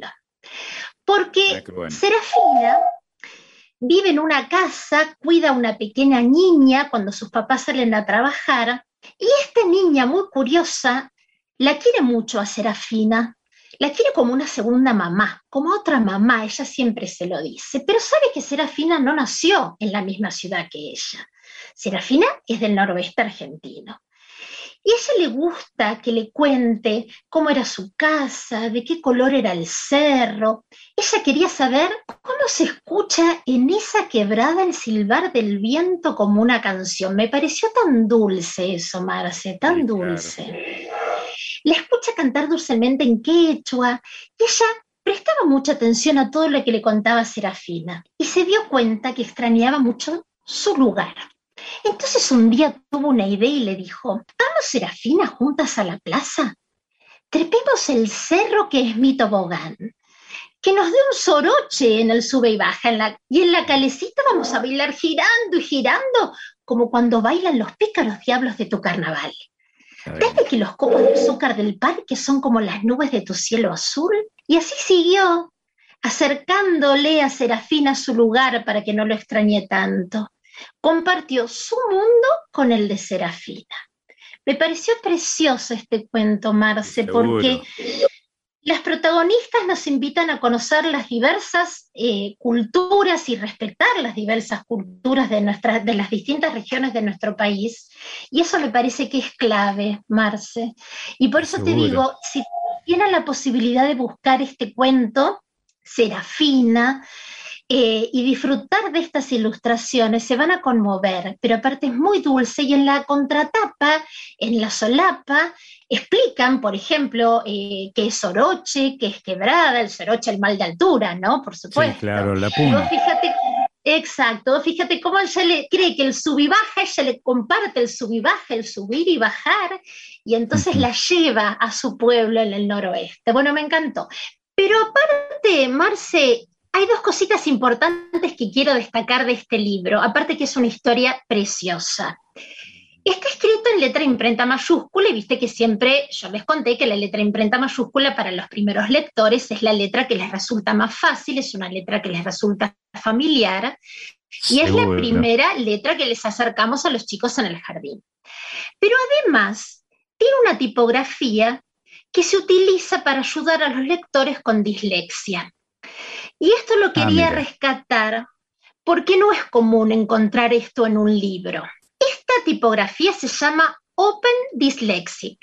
Porque Serafina vive en una casa, cuida a una pequeña niña cuando sus papás salen a trabajar, y esta niña muy curiosa la quiere mucho a Serafina, la quiere como una segunda mamá, como otra mamá, ella siempre se lo dice, pero sabe que Serafina no nació en la misma ciudad que ella. Serafina es del noroeste argentino. Y a ella le gusta que le cuente cómo era su casa, de qué color era el cerro. Ella quería saber cómo se escucha en esa quebrada el silbar del viento como una canción. Me pareció tan dulce eso, Marce, tan dulce. Claro. La escucha cantar dulcemente en quechua y ella prestaba mucha atención a todo lo que le contaba Serafina y se dio cuenta que extrañaba mucho su lugar. Entonces un día tuvo una idea y le dijo: ¿vamos, Serafina, juntas a la plaza? Trepemos el cerro que es mi tobogán, que nos dé un soroche en el sube y baja, y en la calecita vamos a bailar girando y girando, como cuando bailan los pícaros diablos de tu carnaval. ¿Ves que los copos de azúcar del parque son como las nubes de tu cielo azul? Y así siguió, acercándole a Serafina su lugar para que no lo extrañe tanto. Compartió su mundo con el de Serafina. Me pareció precioso este cuento, Marce, porque las protagonistas nos invitan a conocer las diversas culturas y respetar las diversas culturas de las distintas regiones de nuestro país, y eso me parece que es clave, Marce. Y por eso te digo, si tienen la posibilidad de buscar este cuento, Serafina, y disfrutar de estas ilustraciones, se van a conmover, pero aparte es muy dulce, y en la contratapa, en la solapa, explican, por ejemplo, qué es soroche, qué es quebrada, el soroche, el mal de altura, ¿no? Por supuesto. Sí, claro, la puna. Exacto, fíjate cómo ella le cree que el sub y baja, ella le comparte el sub y baja, el subir y bajar, y entonces la lleva a su pueblo en el noroeste. Bueno, me encantó. Pero aparte, Marce, hay dos cositas importantes que quiero destacar de este libro, aparte que es una historia preciosa. Está escrito en letra imprenta mayúscula, y viste que siempre yo les conté que la letra imprenta mayúscula para los primeros lectores es la letra que les resulta más fácil, es una letra que les resulta familiar, y es la primera letra que les acercamos a los chicos en el jardín. Pero además tiene una tipografía que se utiliza para ayudar a los lectores con dislexia. Y esto lo quería rescatar porque no es común encontrar esto en un libro. Esta tipografía se llama Open Dyslexic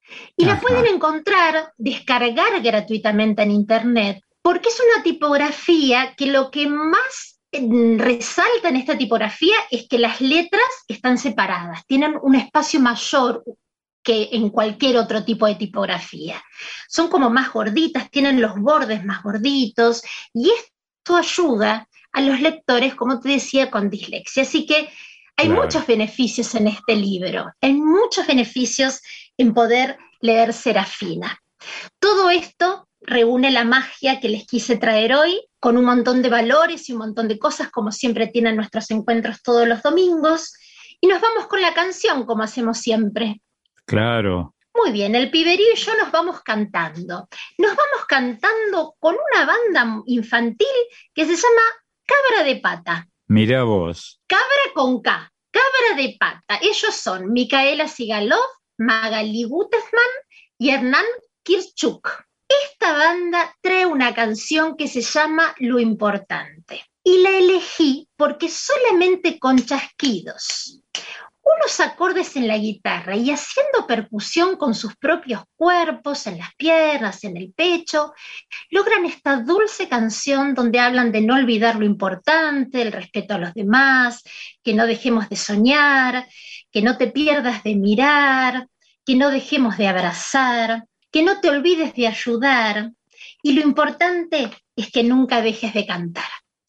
y la pueden encontrar, descargar gratuitamente en internet, porque es una tipografía que lo que más resalta en esta tipografía es que las letras están separadas, tienen un espacio mayor que en cualquier otro tipo de tipografía. Son como más gorditas, tienen los bordes más gorditos, y esto ayuda a los lectores, como te decía, con dislexia. Así que hay muchos beneficios en este libro, hay muchos beneficios en poder leer Serafina. Todo esto reúne la magia que les quise traer hoy, con un montón de valores y un montón de cosas, como siempre tienen nuestros encuentros todos los domingos, y nos vamos con la canción, como hacemos siempre. Claro. Muy bien, el Piberío y yo nos vamos cantando. Nos vamos cantando con una banda infantil que se llama Cabra de Pata. Mirá vos. Cabra con K, Cabra de Pata. Ellos son Micaela Sigalov, Magali Gutesman y Hernán Kirchuk. Esta banda trae una canción que se llama Lo Importante. Y la elegí porque solamente con chasquidos, unos acordes en la guitarra y haciendo percusión con sus propios cuerpos, en las piernas, en el pecho, logran esta dulce canción donde hablan de no olvidar lo importante, el respeto a los demás, que no dejemos de soñar, que no te pierdas de mirar, que no dejemos de abrazar, que no te olvides de ayudar, y lo importante es que nunca dejes de cantar.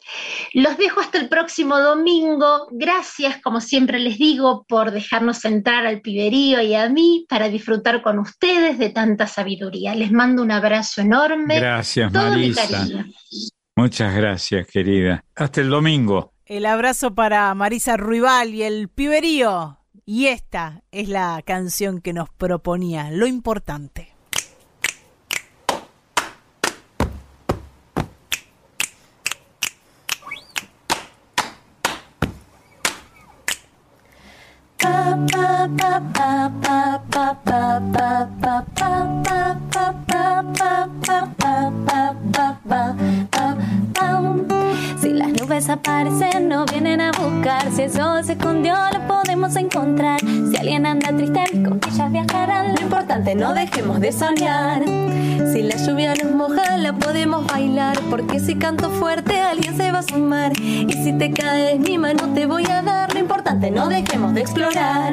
Los dejo hasta el próximo domingo. Gracias, como siempre les digo, por dejarnos entrar al Piberío y a mí para disfrutar con ustedes de tanta sabiduría. Les mando un abrazo enorme. Gracias, Marisa. Muchas gracias, querida. Hasta el domingo. El abrazo para Marisa Ruibal y el Piberío. Y esta es la canción que nos proponía, Lo Importante. Si las nubes aparecen, no vienen a buscar. Si el sol se escondió, lo podemos encontrar. Si alguien anda triste, mis costillas viajarán. Lo importante, no dejemos de soñar. Si la lluvia nos moja, la podemos bailar. Porque si canto fuerte, alguien se va a sumar. Y si te caes, mi mano te voy a dar. Lo importante, no dejemos de explorar.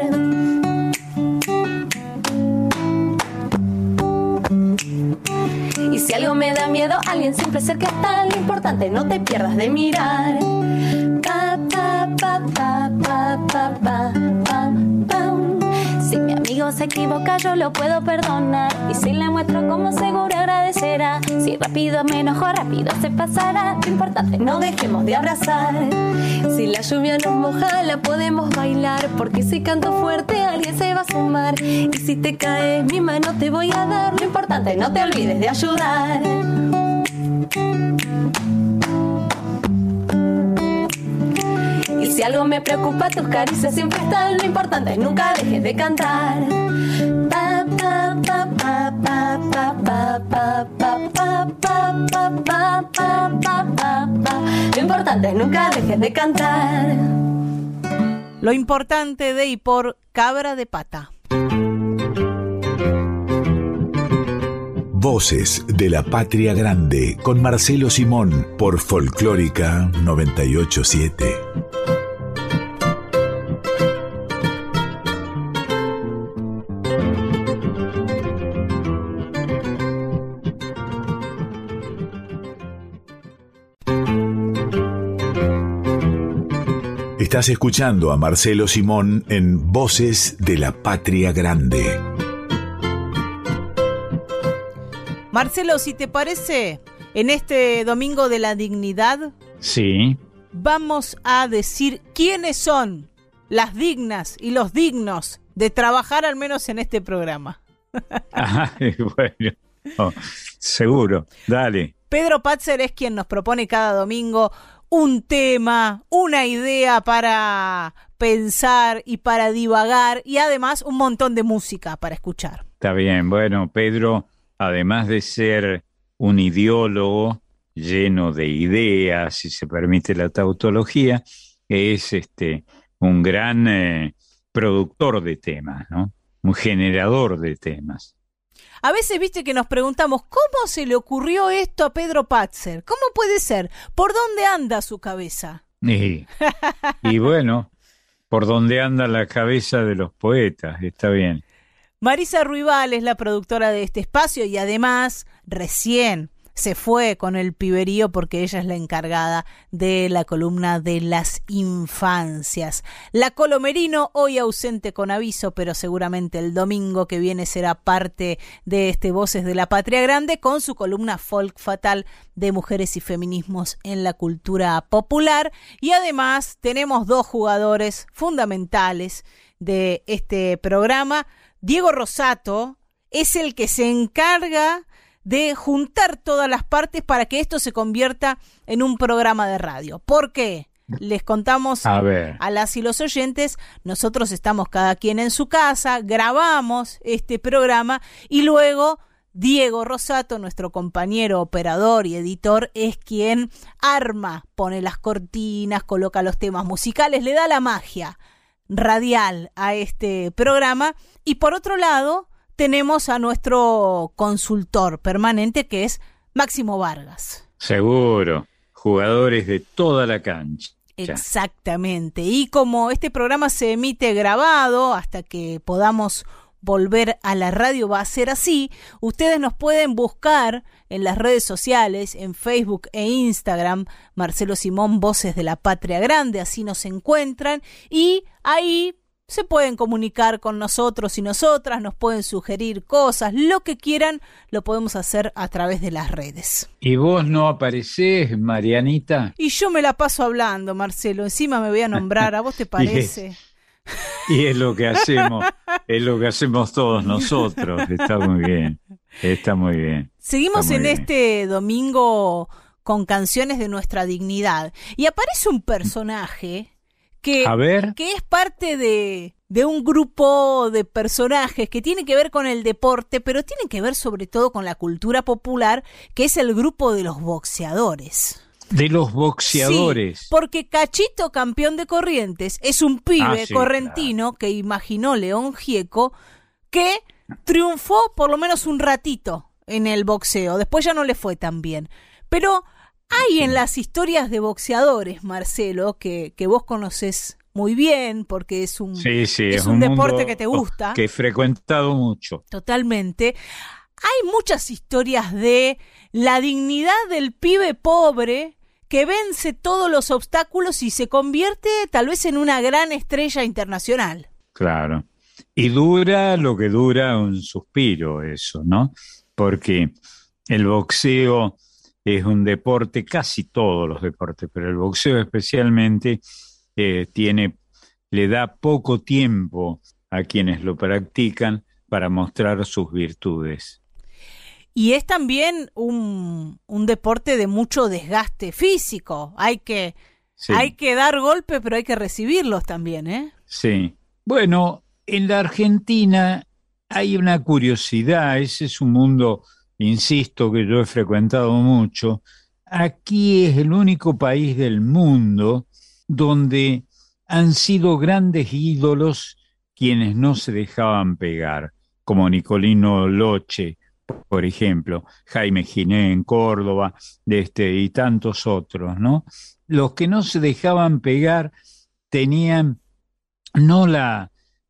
Y si algo me da miedo, alguien siempre cerca está. Lo importante, no te pierdas de mirar. Pa, pa, pa, pa, pa, pa, pa, pa, pa. Si mi amigo se equivoca, yo lo puedo perdonar. Y si le muestro como seguro agradecerá. Si rápido me enojo, rápido se pasará. Lo importante, no dejemos de abrazar. Si la lluvia nos moja, la podemos bailar. Porque si canto fuerte, alguien se va a sumar. Y si te caes, mi mano te voy a dar. Lo importante, no te olvides de ayudar. Y si algo me preocupa, tus caricias siempre están. Lo importante es nunca dejes de cantar. Pa, pa, pa, pa, pa, pa, pa, pa, pa, pa, pa, pa, pa, pa, pa, pa. Lo importante es nunca dejes de cantar. Lo importante de y por Cabra de Pata. Voces de la Patria Grande con Marcelo Simón por Folclórica 987. Estás escuchando a Marcelo Simón en Voces de la Patria Grande. Marcelo, si te parece, en este Domingo de la Dignidad, sí, vamos a decir quiénes son las dignas y los dignos de trabajar al menos en este programa. Bueno, seguro, dale. Pedro Patzer es quien nos propone cada domingo un tema, una idea para pensar y para divagar y además un montón de música para escuchar. Está bien, bueno, Pedro, además de ser un ideólogo lleno de ideas, si se permite la tautología, es un gran productor de temas, ¿no? Un generador de temas. A veces, viste, que nos preguntamos, ¿cómo se le ocurrió esto a Pedro Patzer? ¿Cómo puede ser? ¿Por dónde anda su cabeza? Y bueno, por dónde anda la cabeza de los poetas, está bien. Marisa Ruibal es la productora de este espacio y además recién se fue con el piberío porque ella es la encargada de la columna de las infancias. La Colomerino, hoy ausente con aviso, pero seguramente el domingo que viene será parte de este Voces de la Patria Grande con su columna Folk Fatal de mujeres y feminismos en la cultura popular. Y además tenemos dos jugadores fundamentales de este programa. Diego Rosato es el que se encarga de juntar todas las partes para que esto se convierta en un programa de radio. ¿Por qué? Les contamos a las y los oyentes, nosotros estamos cada quien en su casa, grabamos este programa y luego Diego Rosato, nuestro compañero operador y editor, es quien arma, pone las cortinas, coloca los temas musicales, le da la magia radial a este programa. Y por otro lado tenemos a nuestro consultor permanente, que es Máximo Vargas. Seguro, jugadores de toda la cancha. Exactamente, y como este programa se emite grabado hasta que podamos volver a la radio, va a ser así. Ustedes nos pueden buscar en las redes sociales, en Facebook e Instagram, Marcelo Simón, Voces de la Patria Grande, así nos encuentran, y ahí se pueden comunicar con nosotros y nosotras, nos pueden sugerir cosas, lo que quieran, lo podemos hacer a través de las redes. ¿Y vos no aparecés, Marianita? Y yo me la paso hablando, Marcelo, encima me voy a nombrar, ¿a vos te parece? Y es lo que hacemos, es lo que hacemos todos nosotros, está muy bien, está muy bien. Seguimos en este domingo con canciones de nuestra dignidad, y aparece un personaje que es parte de de un grupo de personajes que tiene que ver con el deporte, pero tiene que ver sobre todo con la cultura popular, que es el grupo de los boxeadores. De los boxeadores. Sí, porque Cachito, campeón de Corrientes, es un pibe correntino, claro, que imaginó León Gieco, que triunfó por lo menos un ratito en el boxeo. Después ya no le fue tan bien. Pero hay en las historias de boxeadores, Marcelo, que vos conocés muy bien, porque es un deporte que te gusta. Que he frecuentado mucho. Totalmente. Hay muchas historias de la dignidad del pibe pobre que vence todos los obstáculos y se convierte tal vez en una gran estrella internacional. Claro. Y dura lo que dura un suspiro eso, ¿no? Porque el boxeo es un deporte, casi todos los deportes, pero el boxeo especialmente le da poco tiempo a quienes lo practican para mostrar sus virtudes. Y es también un deporte de mucho desgaste físico. Hay que dar golpes, pero hay que recibirlos también, ¿eh? Sí. Bueno, en la Argentina hay una curiosidad. Ese es un mundo, insisto, que yo he frecuentado mucho. Aquí es el único país del mundo donde han sido grandes ídolos quienes no se dejaban pegar, como Nicolino Loche, por ejemplo, Jaime Giné en Córdoba, y tantos otros, ¿no? Los que no se dejaban pegar tenían no la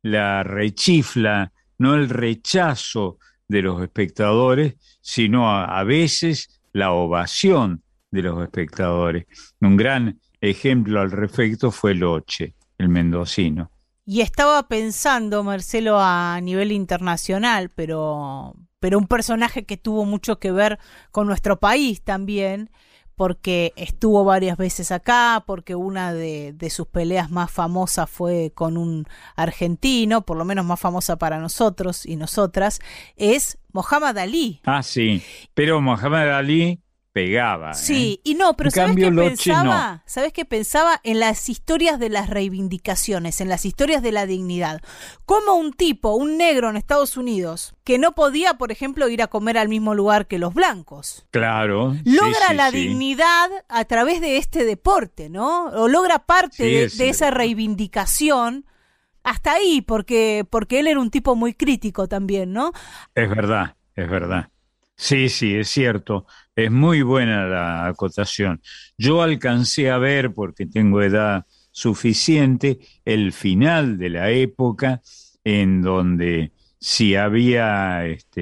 rechifla, no el rechazo de los espectadores, sino a veces la ovación de los espectadores. Un gran ejemplo al respecto fue Loche, el mendocino. Y estaba pensando, Marcelo, a nivel internacional, pero un personaje que tuvo mucho que ver con nuestro país también, porque estuvo varias veces acá, porque una de sus peleas más famosas fue con un argentino, por lo menos más famosa para nosotros y nosotras, es Muhammad Ali. Ah, sí, pero Muhammad Ali pegaba. Sí, y no, pero ¿sabes qué pensaba? No. ¿Sabes qué pensaba? En las historias de las reivindicaciones, en las historias de la dignidad. Como un tipo, un negro en Estados Unidos, que no podía, por ejemplo, ir a comer al mismo lugar que los blancos. Claro. Logra la dignidad a través de este deporte, ¿no? O logra parte de esa reivindicación. Hasta ahí, porque él era un tipo muy crítico también, ¿no? Es verdad, es verdad. Sí, es cierto. Es muy buena la acotación. Yo alcancé a ver, porque tengo edad suficiente, el final de la época en donde si había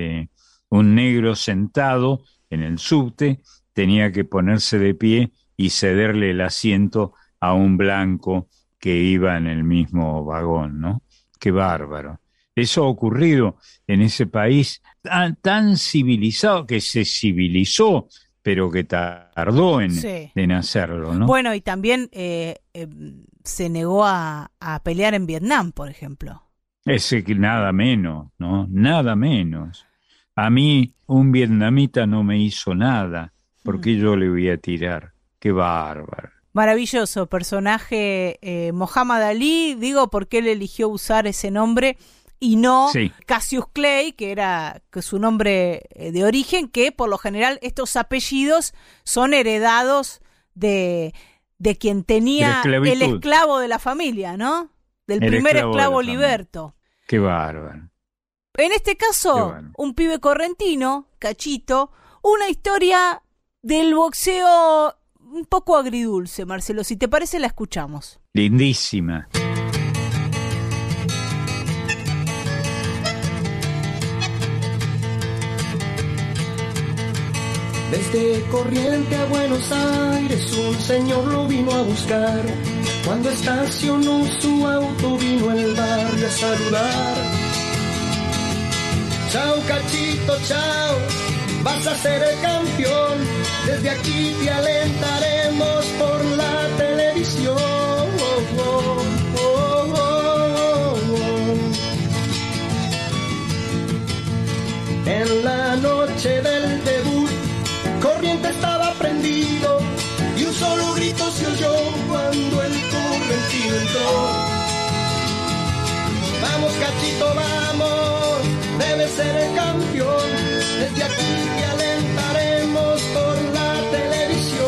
un negro sentado en el subte, tenía que ponerse de pie y cederle el asiento a un blanco que iba en el mismo vagón, ¿no? Qué bárbaro. Eso ha ocurrido en ese país tan civilizado, que se civilizó, pero que tardó en hacerlo, ¿no? Bueno, y también se negó a pelear en Vietnam, por ejemplo. Ese que nada menos, ¿no? Nada menos. A mí un vietnamita no me hizo nada, porque yo le voy a tirar. Qué bárbaro. Maravilloso personaje, Muhammad Ali, digo, porque él eligió usar ese nombre y no Cassius Clay, que era su nombre de origen, que por lo general estos apellidos son heredados de quien tenía el esclavo de la familia, ¿no? Del primer esclavo liberto. Qué bárbaro. En este caso, un pibe correntino, Cachito, una historia del boxeo un poco agridulce, Marcelo. Si te parece, la escuchamos. Lindísima. Desde Corrientes a Buenos Aires un señor lo vino a buscar. Cuando estacionó su auto vino al barrio a saludar. Chao Cachito, chao, vas a ser el campeón. Desde aquí te alentaremos por la televisión. En la noche del debut Corriente estaba prendido y un solo grito se oyó cuando el correntino entró. Cachito, vamos, debe ser el campeón. Desde aquí te alentaremos por la televisión.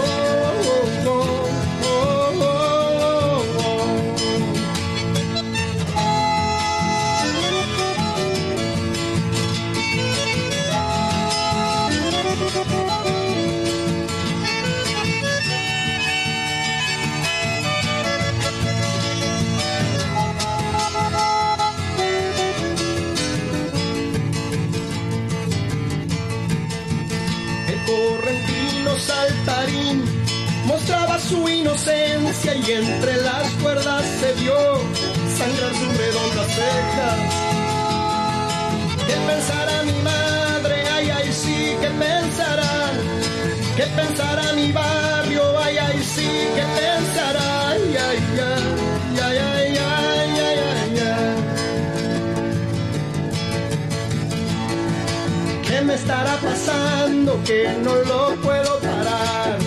Saltarín mostraba su inocencia y entre las cuerdas se vio sangrar su redonda ceja. ¿Qué pensará mi madre? Ay, ay, sí, ¿qué pensará? ¿Qué pensará mi barrio? Ay, ay, sí, ¿qué pensará? Ay, ay, ay, ay, ay, ay, ay, ay, ay. ¿Qué me estará pasando que no lo puedo parar?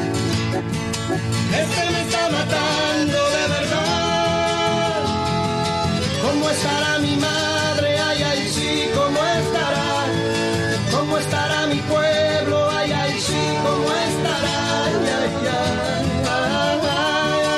Este me está matando de verdad. ¿Cómo estará mi madre? Ay, ay, sí, ¿cómo estará? ¿Cómo estará mi pueblo? Ay, ay, sí, ¿cómo estará? Ay, ay, ay, ay, ay, ay.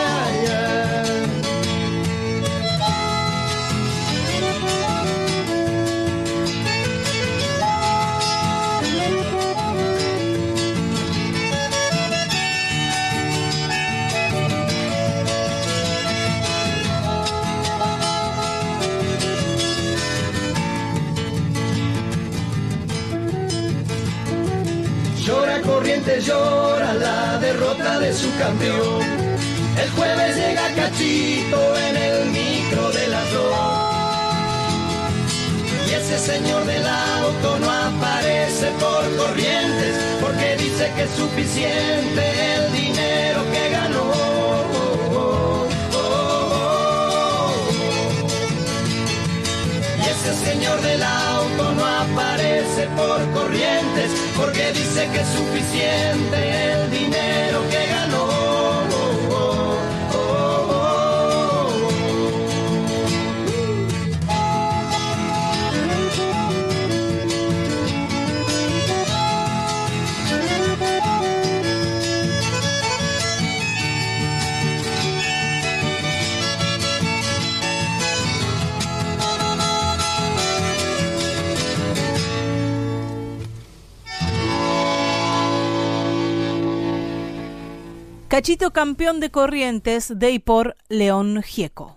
Llora Corrientes, llora la derrota de su campeón. El jueves llega Cachito en el micro de las 2. Y ese señor del auto no aparece por Corrientes, porque dice que es suficiente el dinero que ganó. Y ese señor del auto no aparece por Corrientes, porque dice que es suficiente el dinero que ganó. Cachito, campeón de Corrientes, de y por León Gieco.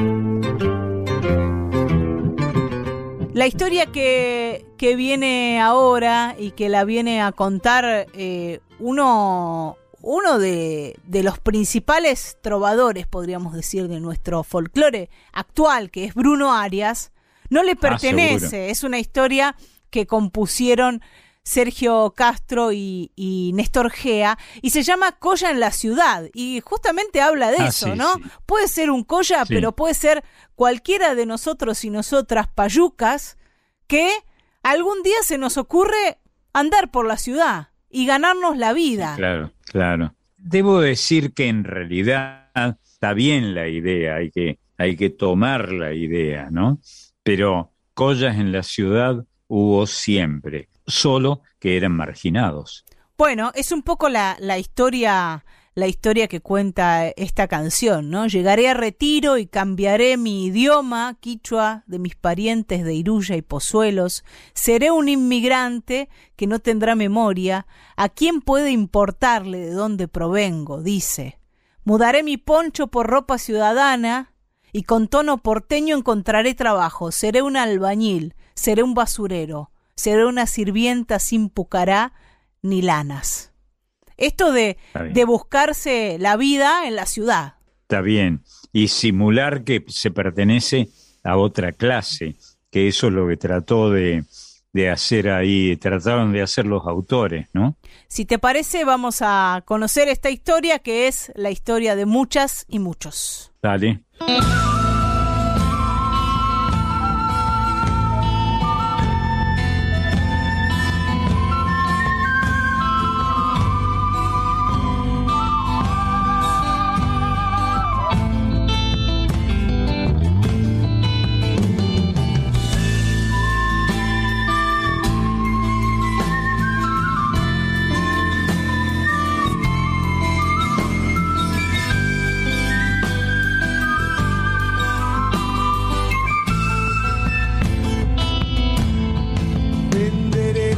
La historia que viene ahora y que la viene a contar uno de los principales trovadores, podríamos decir, de nuestro folclore actual, que es Bruno Arias, no le pertenece. Es una historia que compusieron Sergio Castro y Néstor Gea, y se llama Colla en la ciudad, y justamente habla de eso, ¿no? Sí. Puede ser un Colla, sí, pero puede ser cualquiera de nosotros y nosotras payucas que algún día se nos ocurre andar por la ciudad y ganarnos la vida. Sí, claro, claro. Debo decir que en realidad está bien la idea, hay que tomar la idea, ¿no? Pero collas en la ciudad hubo siempre, solo que eran marginados. Bueno, es un poco la historia que cuenta esta canción, ¿no? Llegaré a Retiro y cambiaré mi idioma, quichua, de mis parientes de Iruya y Pozuelos. Seré un inmigrante que no tendrá memoria. ¿A quién puede importarle de dónde provengo?, dice. Mudaré mi poncho por ropa ciudadana y con tono porteño encontraré trabajo. Seré un albañil, seré un basurero. Seré una sirvienta sin pucará ni lanas. Esto de buscarse la vida en la ciudad. Está bien. Y simular que se pertenece a otra clase, que eso es lo que trató de hacer ahí, trataron de hacer los autores, ¿no? Si te parece, vamos a conocer esta historia, que es la historia de muchas y muchos. Dale.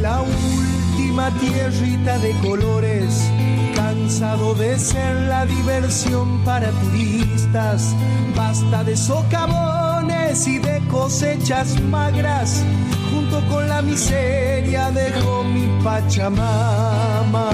la última tierrita de colores, cansado de ser la diversión para turistas. Basta de socavones y de cosechas magras, junto con la miseria dejó mi Pachamama.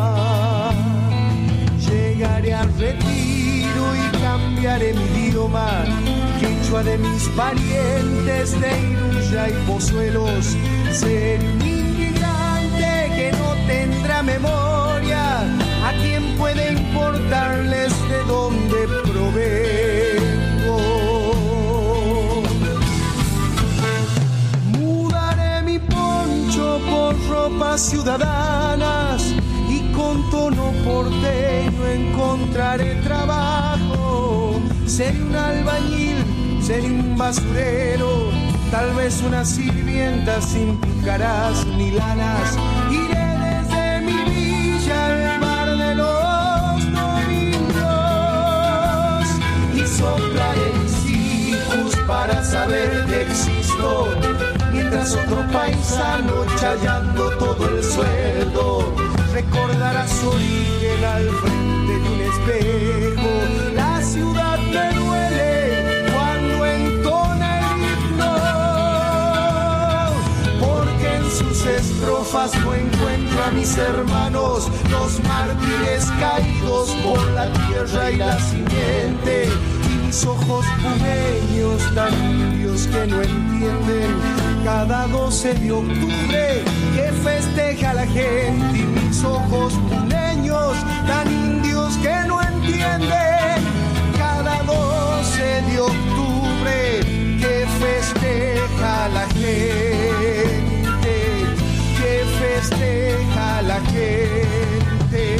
Llegaré al retiro y cambiaré mi idioma, quechua de mis parientes de Iruya y Pozuelos. Ser un inmigrante que no tendrá memoria, ¿a quién puede importarles de dónde provengo? Mudaré mi poncho por ropas ciudadanas y con tono porteño encontraré trabajo. Seré un albañil, seré un basurero, tal vez una sirvienta sin pícaras ni lanas. Iré desde mi villa al bar de los domingos y soplaré mis hijos para saber que existo, mientras otro paisano chayando todo el sueldo recordará su origen al frente de un espejo. La ciudad me duele cuando entona el himno, porque en sus estrofas no encuentro a mis hermanos, los mártires caídos por la tierra y la simiente. Y mis ojos pumeños tan indios que no entienden cada 12 de octubre que festeja la gente. Y mis ojos puneños tan indios que no entienden cada 12 de octubre que festeja la gente, que festeja la gente.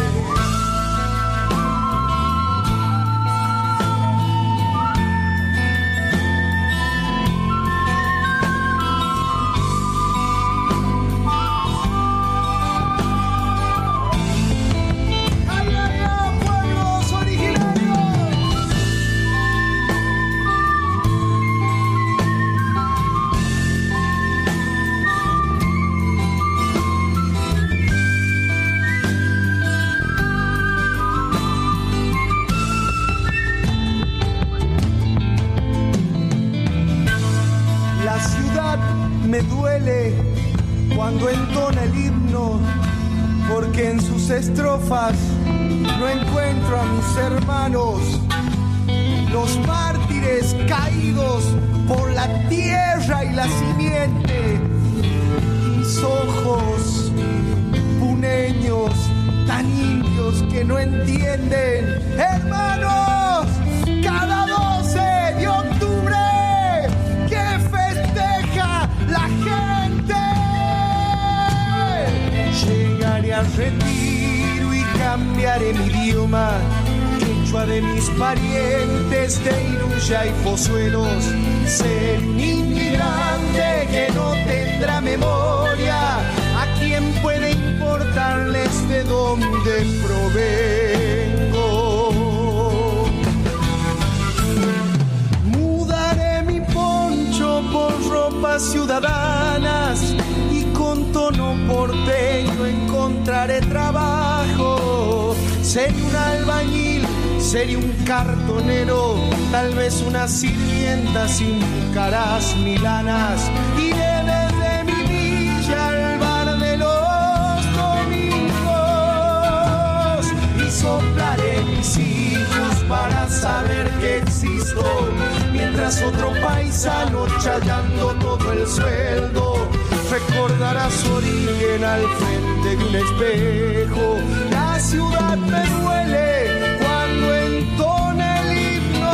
Me duele cuando entona el himno, porque en sus estrofas no encuentro a mis hermanos, los mártires caídos por la tierra y la simiente. Mis ojos puneños tan indios que no entienden, hermanos, cada 12 de octubre que festeja la gente. Llegaré al retiro y cambiaré mi idioma, quechua de mis parientes de Iruya y Pozuelos. Ser un inmigrante que no tendrá memoria, ¿a quién puede importarles de dónde provengo? Mudaré mi poncho por ropas ciudadanas y con tono porteño encontraré trabajo. Seré un albañil, seré un cartonero, tal vez una sirvienta sin caras ni lanas. Iré desde mi villa al bar de los domingos y soplaré mis hijos para saber que existo, mientras otro paisano chayando todo el sueldo recordará su origen al frente de un espejo. La ciudad me duele cuando entona el himno,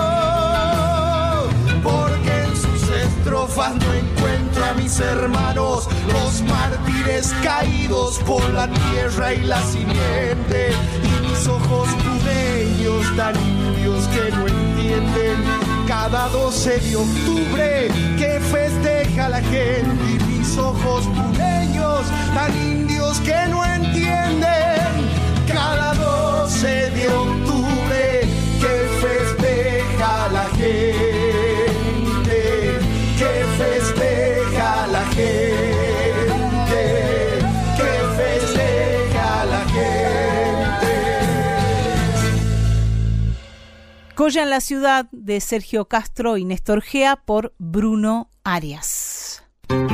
porque en sus estrofas no encuentro a mis hermanos, los mártires caídos por la tierra y la simiente. Y mis ojos puneños tan indios que no entienden cada 12 de octubre que festeja la gente. Y mis ojos puneños tan indios que no entienden cada 12 de octubre que festeja la gente, que festeja la gente. Joya en la ciudad, de Sergio Castro y Néstor Gea, por Bruno Arias.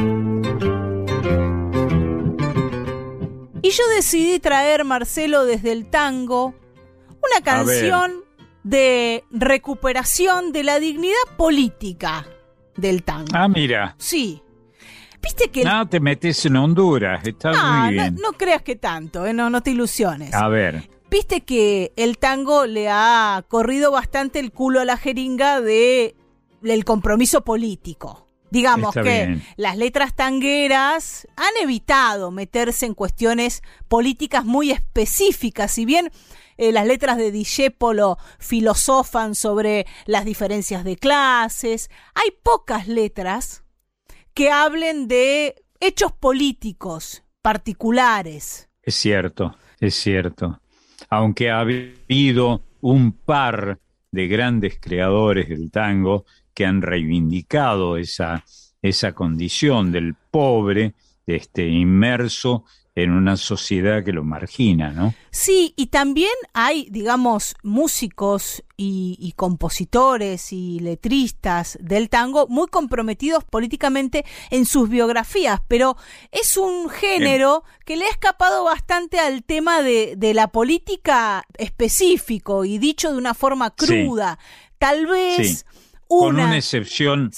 Y yo decidí traer, Marcelo, desde el tango, una canción de recuperación de la dignidad política del tango. Ah, mira. Sí. Viste que no te metes en Honduras, está muy bien. No creas que tanto, no te ilusiones. A ver. Viste que el tango le ha corrido bastante el culo a la jeringa del compromiso político. Digamos está que bien. Las letras tangueras han evitado meterse en cuestiones políticas muy específicas, si bien las letras de Discépolo filosofan sobre las diferencias de clases, hay pocas letras que hablen de hechos políticos particulares. Es cierto. Aunque ha habido un par de grandes creadores del tango que han reivindicado esa condición del pobre, inmerso en una sociedad que lo margina, ¿no? Sí, y también hay, digamos, músicos y compositores y letristas del tango muy comprometidos políticamente en sus biografías, pero es un género que le ha escapado bastante al tema de la política específico y dicho de una forma cruda. Sí. Tal vez... Sí. Con una excepción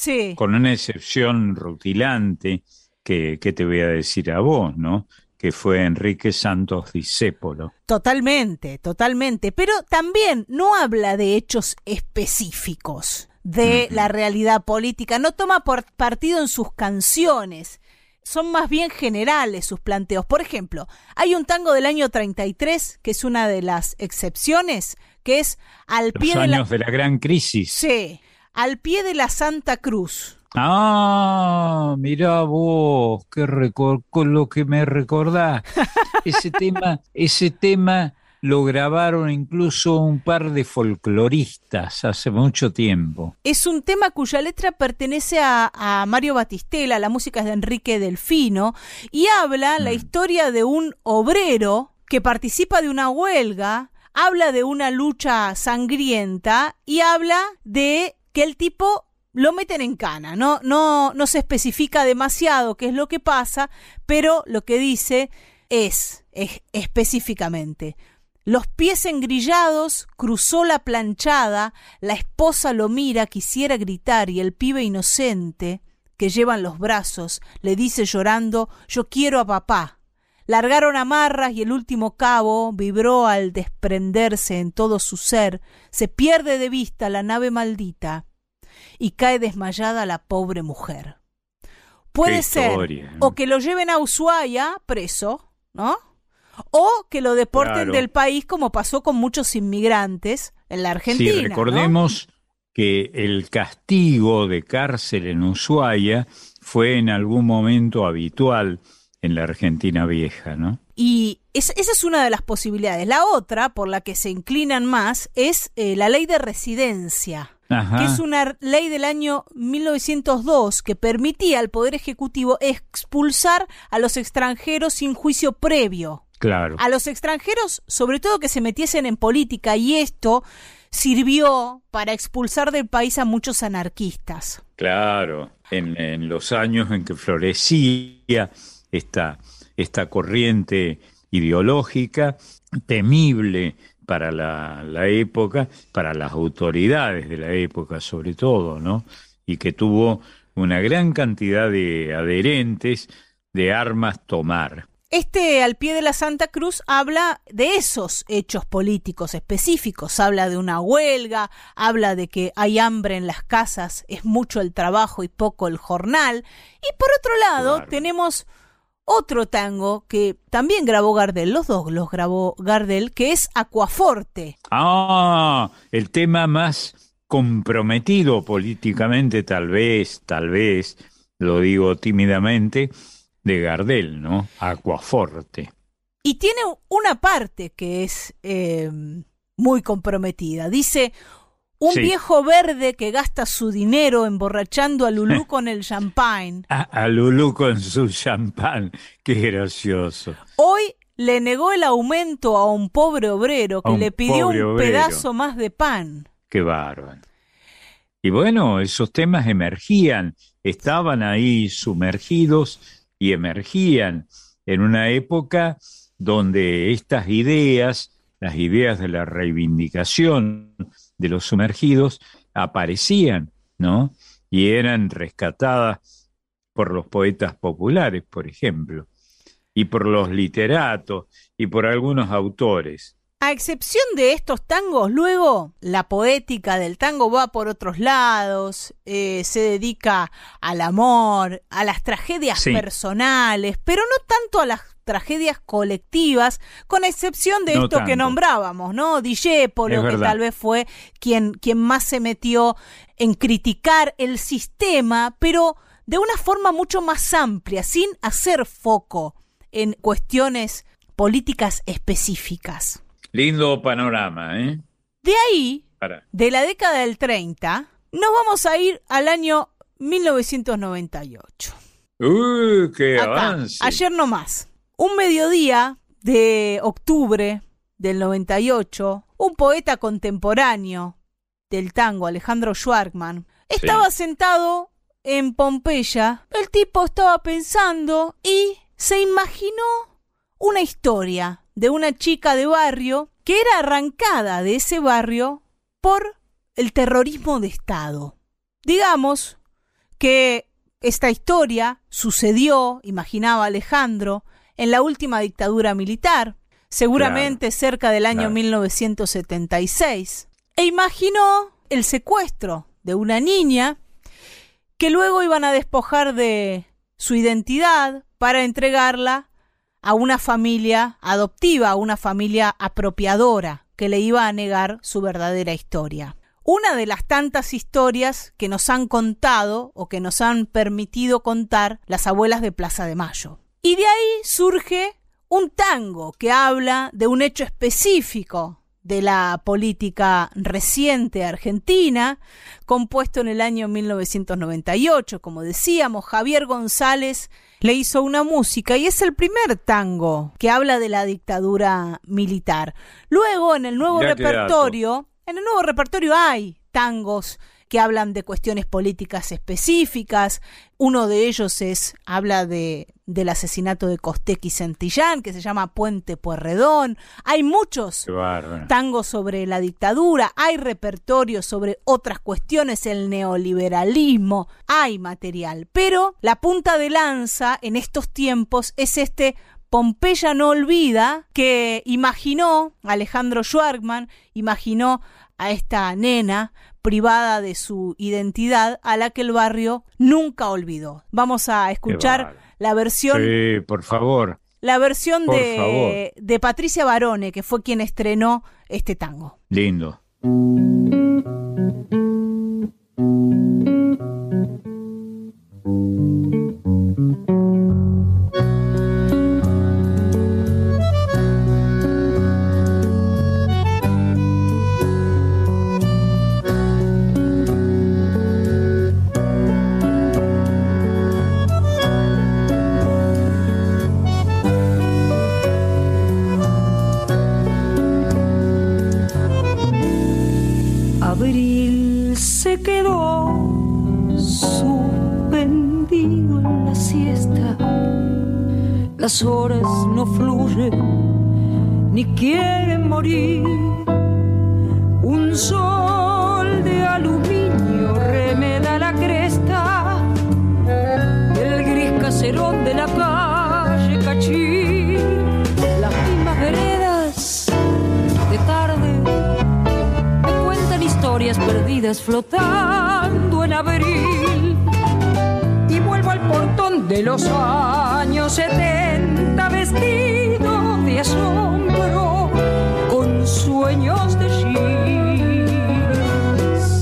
rutilante que te voy a decir a vos, ¿no? Que fue Enrique Santos Discépolo. Totalmente, pero también no habla de hechos específicos de la realidad política, no toma partido en sus canciones, son más bien generales sus planteos. Por ejemplo, hay un tango del año 33, que es una de las excepciones, que es Al pie de la gran crisis. Sí. Al pie de la Santa Cruz. Ah, mirá vos, con lo que me recordás. Ese tema lo grabaron incluso un par de folcloristas hace mucho tiempo. Es un tema cuya letra pertenece a Mario Batistela, la música es de Enrique Delfino, y habla la historia de un obrero que participa de una huelga, habla de una lucha sangrienta y habla de que el tipo lo meten en cana, no se especifica demasiado qué es lo que pasa, pero lo que dice es específicamente: los pies engrillados, cruzó la planchada, la esposa lo mira, quisiera gritar, y el pibe inocente que lleva en los brazos le dice llorando: yo quiero a papá. Largaron amarras y el último cabo vibró al desprenderse en todo su ser, se pierde de vista la nave maldita y cae desmayada la pobre mujer. Puede ser historia, o que lo lleven a Ushuaia preso, ¿no? O que lo deporten del país, como pasó con muchos inmigrantes en la Argentina. Sí, recordemos, ¿no?, que el castigo de cárcel en Ushuaia fue en algún momento habitual en la Argentina vieja, ¿no? Y esa es una de las posibilidades. La otra, por la que se inclinan más, es la ley de residencia. Ajá. Que es una ley del año 1902 que permitía al Poder Ejecutivo expulsar a los extranjeros sin juicio previo. Claro. A los extranjeros, sobre todo, que se metiesen en política, y esto sirvió para expulsar del país a muchos anarquistas. Claro, en los años en que florecía esta corriente ideológica temible para la época, para las autoridades de la época sobre todo, ¿no? Y que tuvo una gran cantidad de adherentes, de armas tomar. Al pie de la Santa Cruz habla de esos hechos políticos específicos, habla de una huelga, habla de que hay hambre en las casas, es mucho el trabajo y poco el jornal. Y por otro lado, tenemos otro tango que también grabó Gardel, los dos los grabó Gardel, que es Aquaforte. Ah, el tema más comprometido políticamente, tal vez, lo digo tímidamente, de Gardel, ¿no? Aquaforte. Y tiene una parte que es muy comprometida. Dice: un viejo verde que gasta su dinero emborrachando a Lulú con el champagne. A Lulú con su champán, qué gracioso. Hoy le negó el aumento a un pobre obrero que le pidió un pedazo más de pan. Qué bárbaro. Y bueno, esos temas emergían, estaban ahí sumergidos y emergían en una época donde estas ideas, las ideas de la reivindicación de los sumergidos, aparecían, ¿no? Y eran rescatadas por los poetas populares, por ejemplo, y por los literatos, y por algunos autores. A excepción de estos tangos, luego la poética del tango va por otros lados, se dedica al amor, a las tragedias personales, pero no tanto a las tragedias colectivas, con excepción de esto que nombrábamos, ¿no? Discépolo, que tal vez fue quien más se metió en criticar el sistema, pero de una forma mucho más amplia, sin hacer foco en cuestiones políticas específicas. Lindo panorama, ¿eh? De ahí, de la década del 30, nos vamos a ir al año 1998. ¡Qué acá, avance! Ayer nomás, un mediodía de octubre del 98, un poeta contemporáneo del tango, Alejandro Schwartzman, estaba sentado en Pompeya. El tipo estaba pensando y se imaginó una historia de una chica de barrio que era arrancada de ese barrio por el terrorismo de Estado. Digamos que esta historia sucedió, imaginaba Alejandro, en la última dictadura militar, seguramente cerca del año 1976, e imaginó el secuestro de una niña que luego iban a despojar de su identidad para entregarla a una familia adoptiva, a una familia apropiadora que le iba a negar su verdadera historia. Una de las tantas historias que nos han contado o que nos han permitido contar las abuelas de Plaza de Mayo. Y de ahí surge un tango que habla de un hecho específico de la política reciente argentina, compuesto en el año 1998. Como decíamos, Javier González le hizo una música y es el primer tango que habla de la dictadura militar. Luego, en el nuevo repertorio hay tangos que hablan de cuestiones políticas específicas. Uno de ellos habla del asesinato de Costec y Santillán, que se llama Puente Pueyrredón. Hay muchos tangos sobre la dictadura, hay repertorios sobre otras cuestiones, el neoliberalismo, hay material. Pero la punta de lanza en estos tiempos es este Pompeya no olvida, que imaginó Alejandro Schwartzman, imaginó a esta nena privada de su identidad, a la que el barrio nunca olvidó. Vamos a escuchar la versión. Sí, por favor. La versión de Patricia Barone, que fue quien estrenó este tango. Lindo. Abril se quedó suspendido en la siesta, las horas no fluyen ni quieren morir. Un sol de aluminio remeda la cresta, el gris caserón de la calle Cachí, las mismas veredas de tarde historias perdidas flotando en abril. Y vuelvo al portón de los años 70 vestido de asombro con sueños de jeans.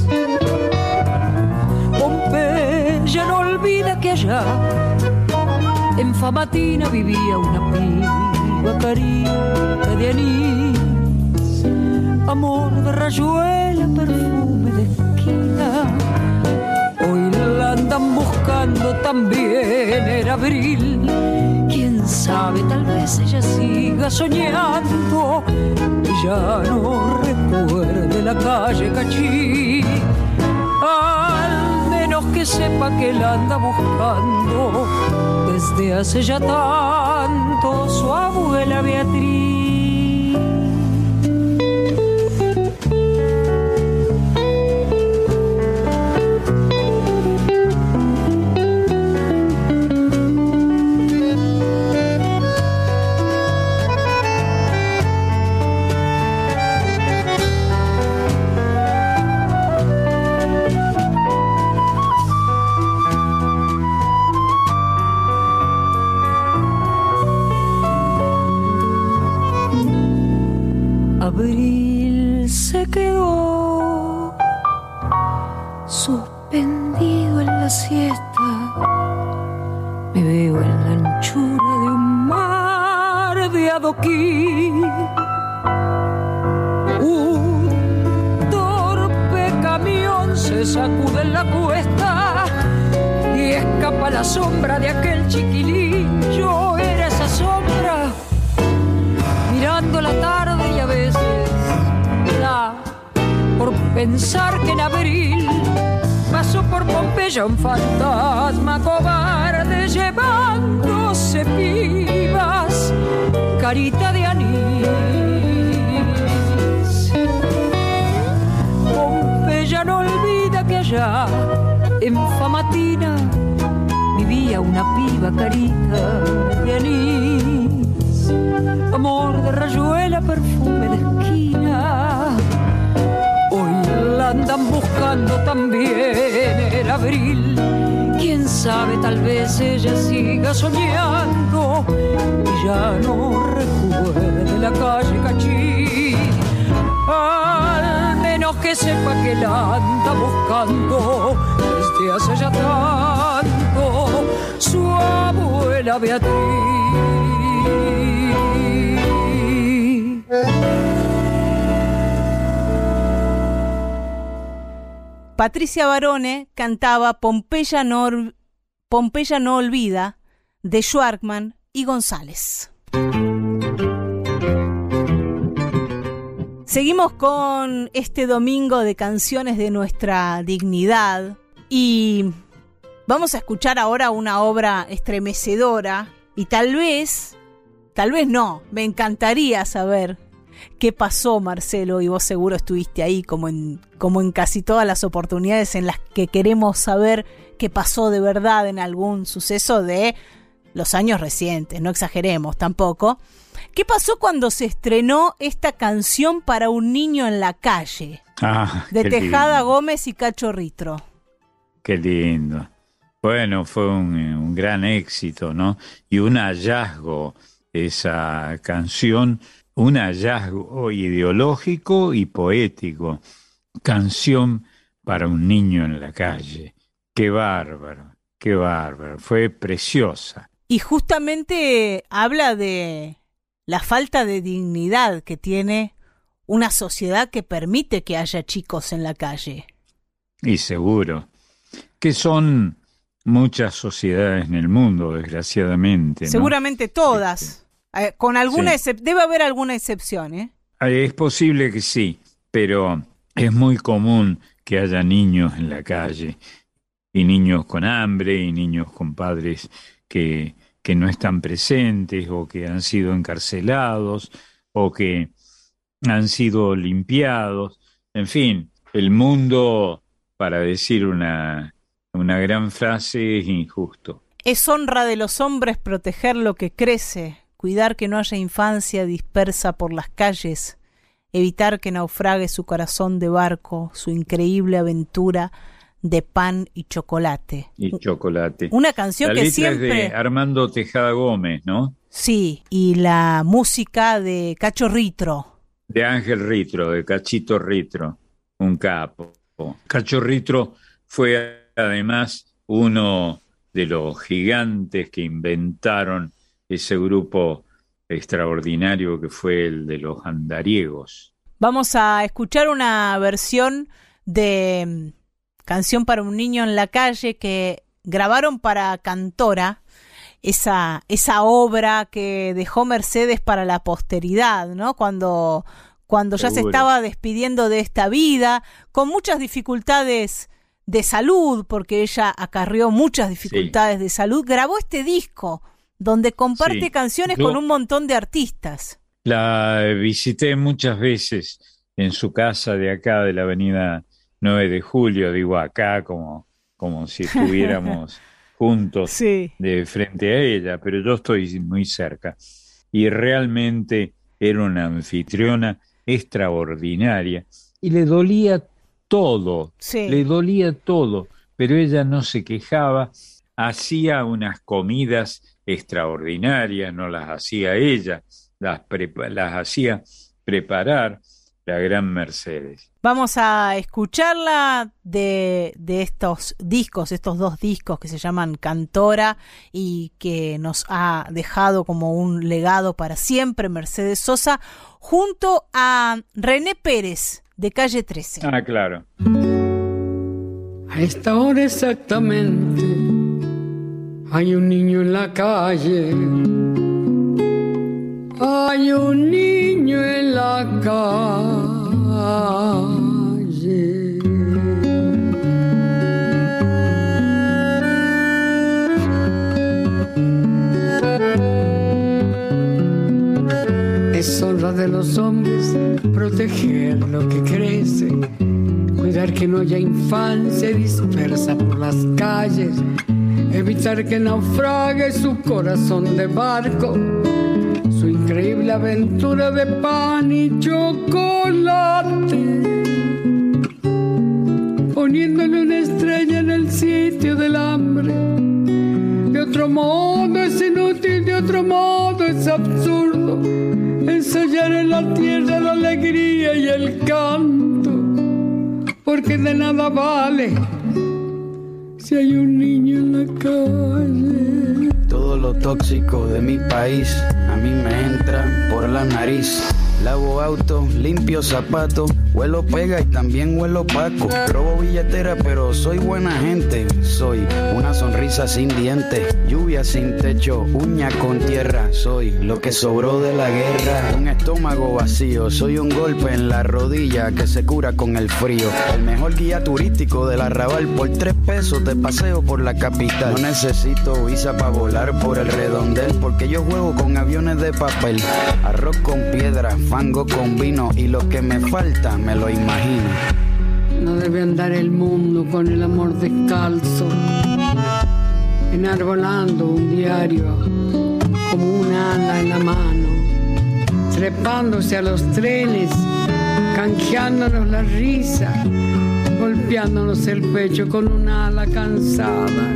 Pompeya no olvida que allá en Famatina vivía una piba carita de anís, amor de rayuela, perfume de esquina. Hoy la andan buscando también en abril. ¿Quién sabe? sabe, tal vez ella siga soñando y ya no recuerde la calle Cachí. Al menos que sepa que la anda buscando desde hace ya tanto su abuela Beatriz. Abril se quedó suspendido en la siesta. Me veo en la anchura de un mar de adoquín. Un torpe camión se sacude en la cuesta y escapa la sombra de aquel chiquilín. Yo era esa sombra mirando la tarde y a veces por pensar que en abril pasó por Pompeya un fantasma cobarde llevándose pibas, carita de anís. Pompeya no olvida que allá en Famatina vivía una piba, carita de anís. Amor de rayuela, perfume de esquina. Hoy la andan buscando también en abril. Quién sabe, tal vez ella siga soñando y ya no recuerde la calle Cachí. Al menos que sepa que la anda buscando desde hace ya tanto su abuela Beatriz. Patricia Barone cantaba Pompeya no olvida, de Schwartzman y González. Seguimos con este domingo de canciones de nuestra dignidad y vamos a escuchar ahora una obra estremecedora y tal vez no, me encantaría saber qué pasó, Marcelo, y vos seguro estuviste ahí como en casi todas las oportunidades en las que queremos saber qué pasó de verdad en algún suceso de los años recientes, no exageremos tampoco. ¿Qué pasó cuando se estrenó esta canción para un niño en la calle? De Tejada Gómez y Cacho Ritro. Qué lindo. Bueno, fue un gran éxito, ¿no? Y un hallazgo esa canción, un hallazgo ideológico y poético. Canción para un niño en la calle. Qué bárbaro, qué bárbaro. Fue preciosa. Y justamente habla de la falta de dignidad que tiene una sociedad que permite que haya chicos en la calle. Y seguro que son muchas sociedades en el mundo, desgraciadamente, ¿no? Seguramente todas. Con alguna sí. Debe haber alguna excepción, ¿eh? Es posible que sí, pero es muy común que haya niños en la calle, y niños con hambre, y niños con padres que no están presentes, o que han sido encarcelados, o que han sido limpiados. En fin, el mundo, para decir una gran frase, es injusto. Es honra de los hombres proteger lo que crece, cuidar que no haya infancia dispersa por las calles, evitar que naufrague su corazón de barco, su increíble aventura de pan y chocolate. Y chocolate. Una canción que siempre... La letra es de Armando Tejada Gómez, ¿no? Sí, y la música de Cacho Ritro. De Ángel Ritro, de Cachito Ritro, un capo. Cacho Ritro fue además uno de los gigantes que inventaron ese grupo extraordinario que fue el de los andariegos. Vamos a escuchar una versión de Canción para un niño en la calle que grabaron para Cantora esa obra que dejó Mercedes para la posteridad, ¿no? Cuando ya se estaba despidiendo de esta vida, con muchas dificultades de salud, porque ella acarreó muchas dificultades de salud, grabó este disco donde comparte canciones con un montón de artistas. La visité muchas veces en su casa de acá, de la avenida 9 de Julio, digo acá como si estuviéramos juntos de frente a ella, pero yo estoy muy cerca. Y realmente era una anfitriona extraordinaria y le dolía todo, pero ella no se quejaba, hacía unas comidas extraordinarias, no las hacía ella, las hacía preparar la gran Mercedes. Vamos a escucharla de estos discos, estos 2 discos que se llaman Cantora y que nos ha dejado como un legado para siempre Mercedes Sosa, junto a René Pérez de Calle 13. Ah, claro. A esta hora exactamente hay un niño en la calle. Hay un niño en la calle. Es honra de los hombres proteger lo que crece, cuidar que no haya infancia dispersa por las calles, evitar que naufrague su corazón de barco, su increíble aventura de pan y chocolate, poniéndole una estrella en el sitio del hambre. De otro modo es inútil, de otro modo es absurdo ensayar en la tierra la alegría y el canto, porque de nada vale si hay un niño en la calle. Todo lo tóxico de mi país a mí me entra por la nariz. Lavo auto, limpio zapatos, huelo pega y también huelo paco. Robo billetera pero soy buena gente. Soy una sonrisa sin dientes, lluvia sin techo, uña con tierra. Soy lo que sobró de la guerra, un estómago vacío. Soy un golpe en la rodilla que se cura con el frío. El mejor guía turístico del Arrabal, por 3 pesos te paseo por la capital. No necesito visa para volar por el redondel, porque yo juego con aviones de papel. Arroz con piedra, fango con vino y lo que me falta me lo imagino. No debe andar el mundo con el amor descalzo, enarbolando un diario como un ala en la mano, trepándose a los trenes, canjeándonos la risa, golpeándonos el pecho con un ala cansada.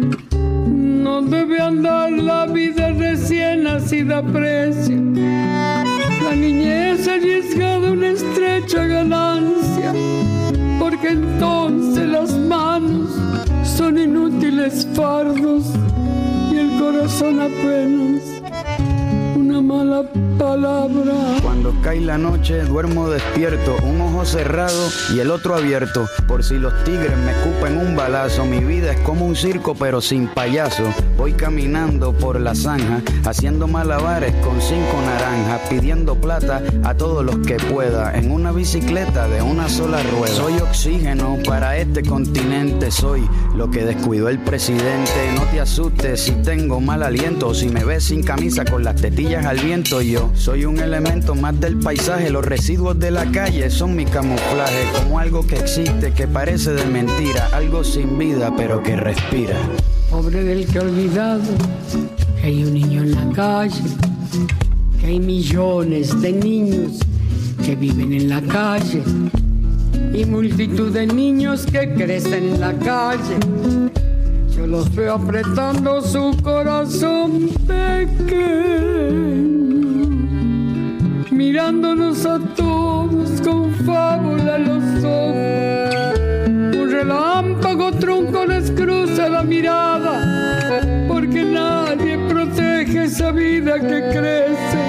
No debe andar la vida recién nacida a precio, la niñez arriesgada una estrecha ganancia, porque entonces las manos son inútiles fardos y el corazón apenas una mala palabra. Cuando cae la noche duermo despierto, un ojo cerrado y el otro abierto, por si los tigres me escupen un balazo. Mi vida es como un circo pero sin payaso. Voy caminando por la zanja, haciendo malabares con 5 naranjas, pidiendo plata a todos los que pueda, en una bicicleta de una sola rueda. Soy oxígeno para este continente, soy lo que descuidó el presidente. No te asustes si tengo mal aliento, o si me ves sin camisa con las tetillas al viento. Yo soy un elemento más del paisaje, los residuos de la calle son mi camuflaje, como algo que existe, que parece de mentira, algo sin vida pero que respira. Pobre del que ha olvidado que hay un niño en la calle, que hay millones de niños que viven en la calle y multitud de niños que crecen en la calle. Yo los veo apretando su corazón pequeño, mirándonos a todos con fábula en los ojos. Un relámpago tronco les cruza la mirada, porque nadie protege esa vida que crece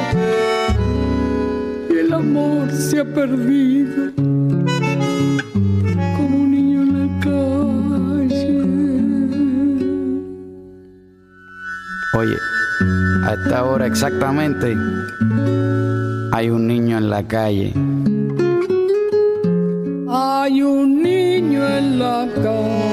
y el amor se ha perdido como un niño en la calle. Oye, a esta hora exactamente hay un niño en la calle. Hay un niño en la calle.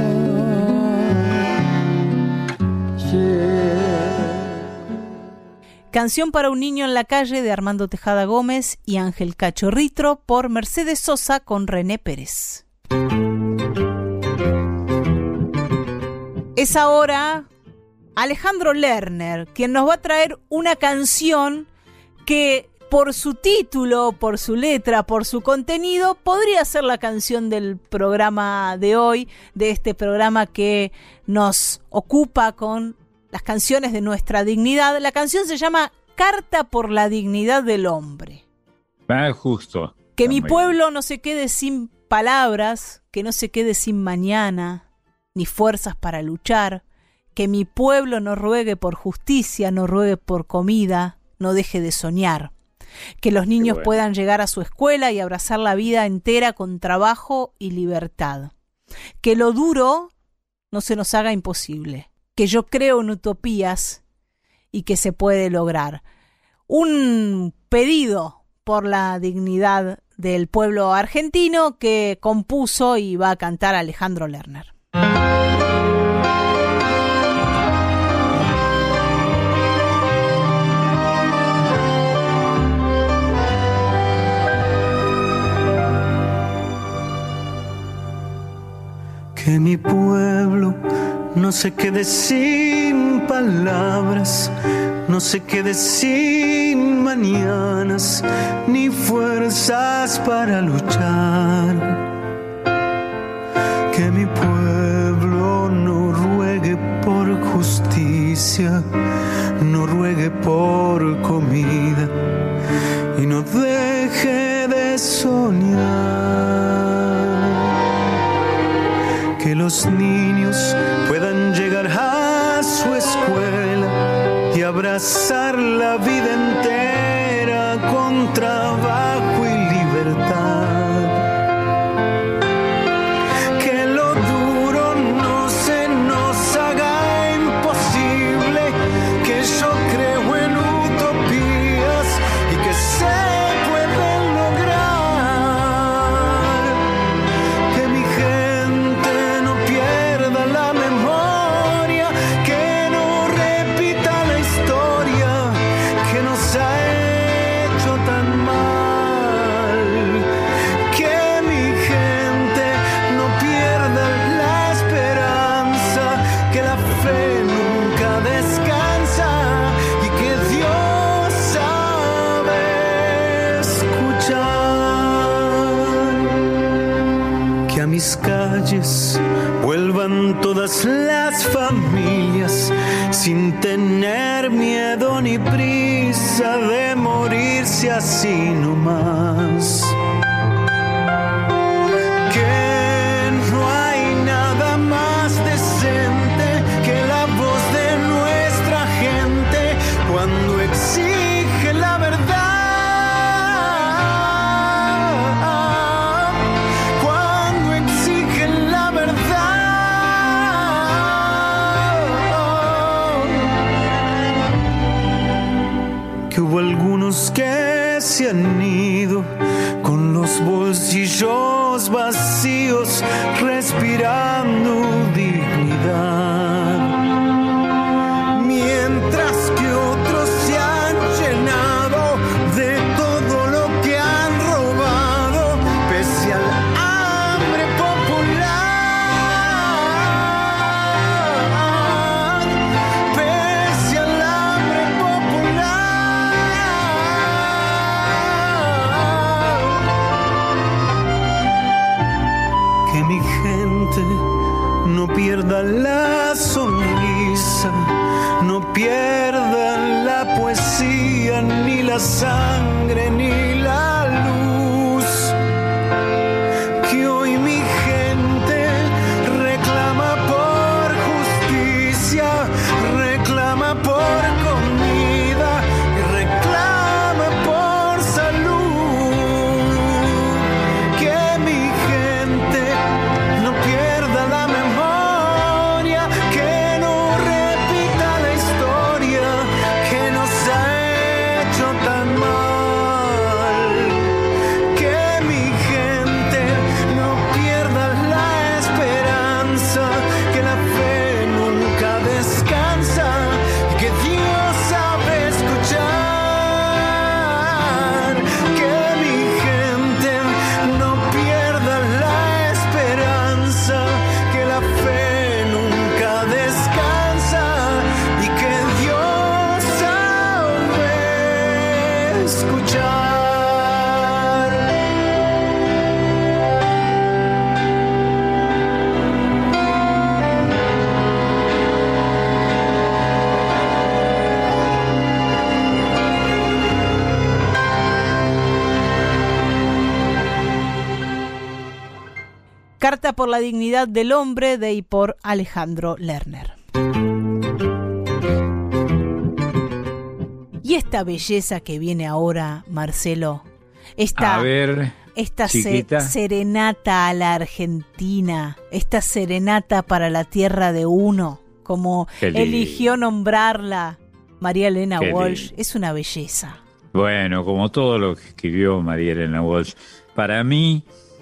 Canción para un niño en la calle de Armando Tejada Gómez y Ángel Cachorritro por Mercedes Sosa con René Pérez. Es ahora Alejandro Lerner quien nos va a traer una canción que por su título, por su letra, por su contenido, podría ser la canción del programa de hoy, de este programa que nos ocupa con las canciones de nuestra dignidad. La canción se llama Carta por la dignidad del hombre. Justo. Que mi pueblo no se quede sin palabras, que no se quede sin mañana, ni fuerzas para luchar. Que mi pueblo no ruegue por justicia, no ruegue por comida, no deje de soñar. Que los niños puedan llegar a su escuela y abrazar la vida entera con trabajo y libertad. Que lo duro no se nos haga imposible. Que yo creo en utopías y que se puede lograr. Un pedido por la dignidad del pueblo argentino que compuso y va a cantar Alejandro Lerner. Que mi pueblo no se quede sin palabras, no se quede sin mañanas, ni fuerzas para luchar. Que mi pueblo no ruegue por justicia, no ruegue por comida, y no deje de soñar. Que los niños puedan llegar a su escuela y abrazar la vida entera con trabajo y libertad. Que lo duro no se nos haga imposible, que yo creo en utopías y que se pueden lograr. Que mi gente no pierda la memoria, que no repita la historia que nos ha hecho tan mal. Que mi gente no pierda la esperanza, que la fe nunca descansa y que Dios sabe escuchar. Que a mis calles vuelvan todas las familias sin tener miedo ni prisa de morirse así nomás. Que no hay nada más decente que la voz de nuestra gente cuando exige la verdad. Cuando exige la verdad. Que hubo algunos que se han ido con los bolsillos vacíos, respirando dignidad, mientras que otros se han llenado de todo lo que han robado, pese al hambre popular, pese al hambre popular. Que mi gente no pierda la sonrisa, no pierda la poesía, ni la sangre, ni la luz. Que hoy mi gente reclama por justicia, reclama por comida y reclama por salud. Que mi gente no pierda la memoria, que no repita la historia Carta por la dignidad del hombre, de y por Alejandro Lerner. Y esta belleza que viene ahora, Marcelo, esta serenata a la Argentina, esta serenata para la tierra de uno, como eligió nombrarla María Elena Walsh, es una belleza. Bueno, como todo lo que escribió María Elena Walsh, para mí,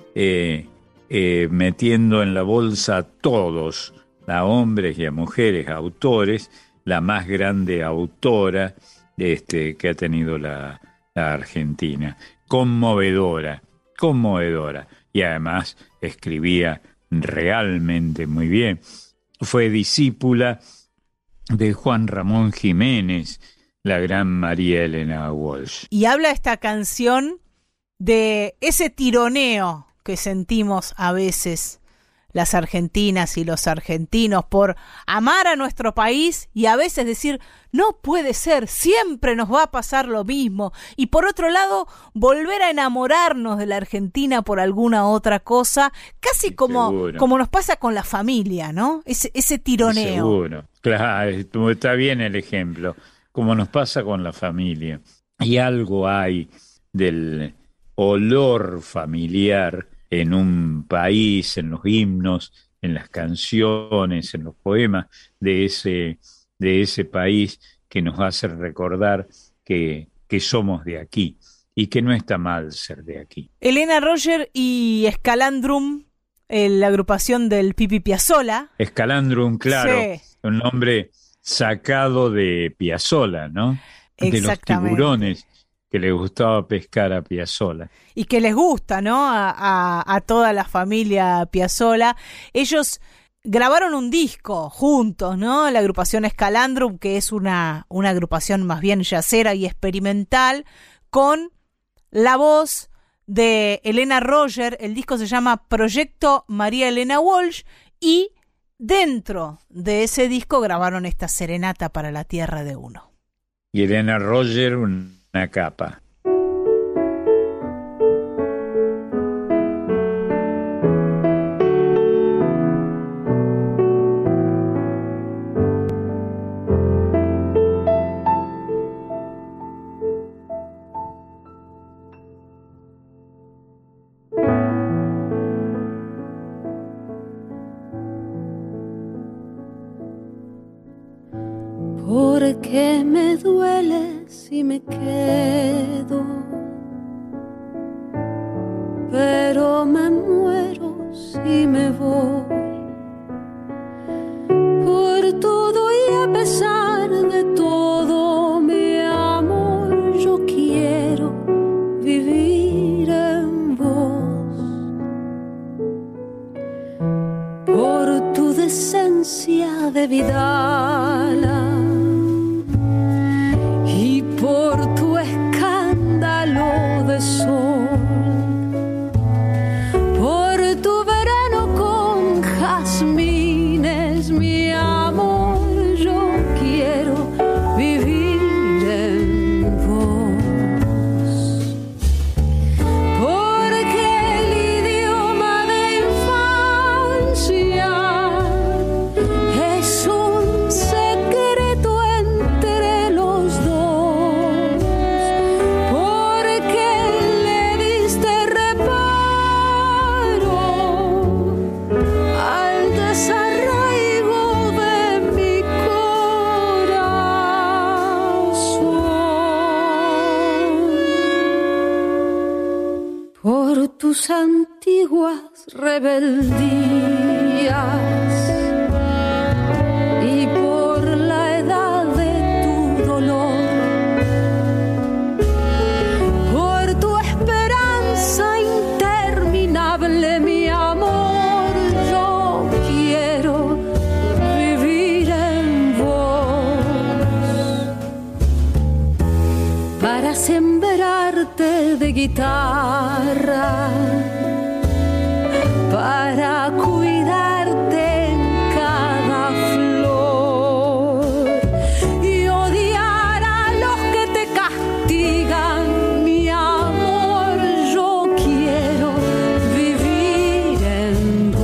metiendo en la bolsa a todos, a hombres y a mujeres, autores, la más grande autora que ha tenido la Argentina. Conmovedora. Y además escribía realmente muy bien. Fue discípula de Juan Ramón Jiménez, la gran María Elena Walsh. Y habla esta canción de ese tironeo que sentimos a veces las argentinas y los argentinos por amar a nuestro país y a veces decir, no puede ser, siempre nos va a pasar lo mismo. Y por otro lado, volver a enamorarnos de la Argentina por alguna otra cosa, casi como nos pasa con la familia, ¿no? Ese tironeo. Seguro, claro, está bien el ejemplo, como nos pasa con la familia. Y algo hay del olor familiar en un país, en los himnos, en las canciones, en los poemas de ese país que nos hace recordar que somos de aquí y que no está mal ser de aquí. Elena Roger y Scalandrum, la agrupación del Pipi Piazzolla. Scalandrum, claro, sí. Un nombre sacado de Piazzolla, ¿no? De los tiburones que le gustaba pescar a Piazzolla. Y que les gusta, ¿no? A toda la familia Piazzolla. Ellos grabaron un disco juntos, ¿no? La agrupación Scalandrum, que es una agrupación más bien jazzera y experimental, con la voz de Elena Roger. El disco se llama Proyecto María Elena Walsh y dentro de ese disco grabaron esta serenata para la tierra de uno. Y Elena Roger, una capa. Porque me duele si me quedo, pero me muero si me voy. Por todo y a pesar de todo, mi amor, yo quiero vivir en vos. Por tu decencia de Vidala y por tu escándalo de sol, por tu verano con jazmines, mi amor, yo quiero vivir en vos. Porque el idioma de infancia es un secreto entre los dos, porque le diste reparo al desarraigo de mi corazón. Por tus antiguas rebeldías y por la edad de tu dolor, por tu esperanza interminable, mi amor, yo quiero vivir en vos, para sembrarte de guitarra, para cuidarte en cada flor y odiar a los que te castigan, mi amor, yo quiero vivir en vos.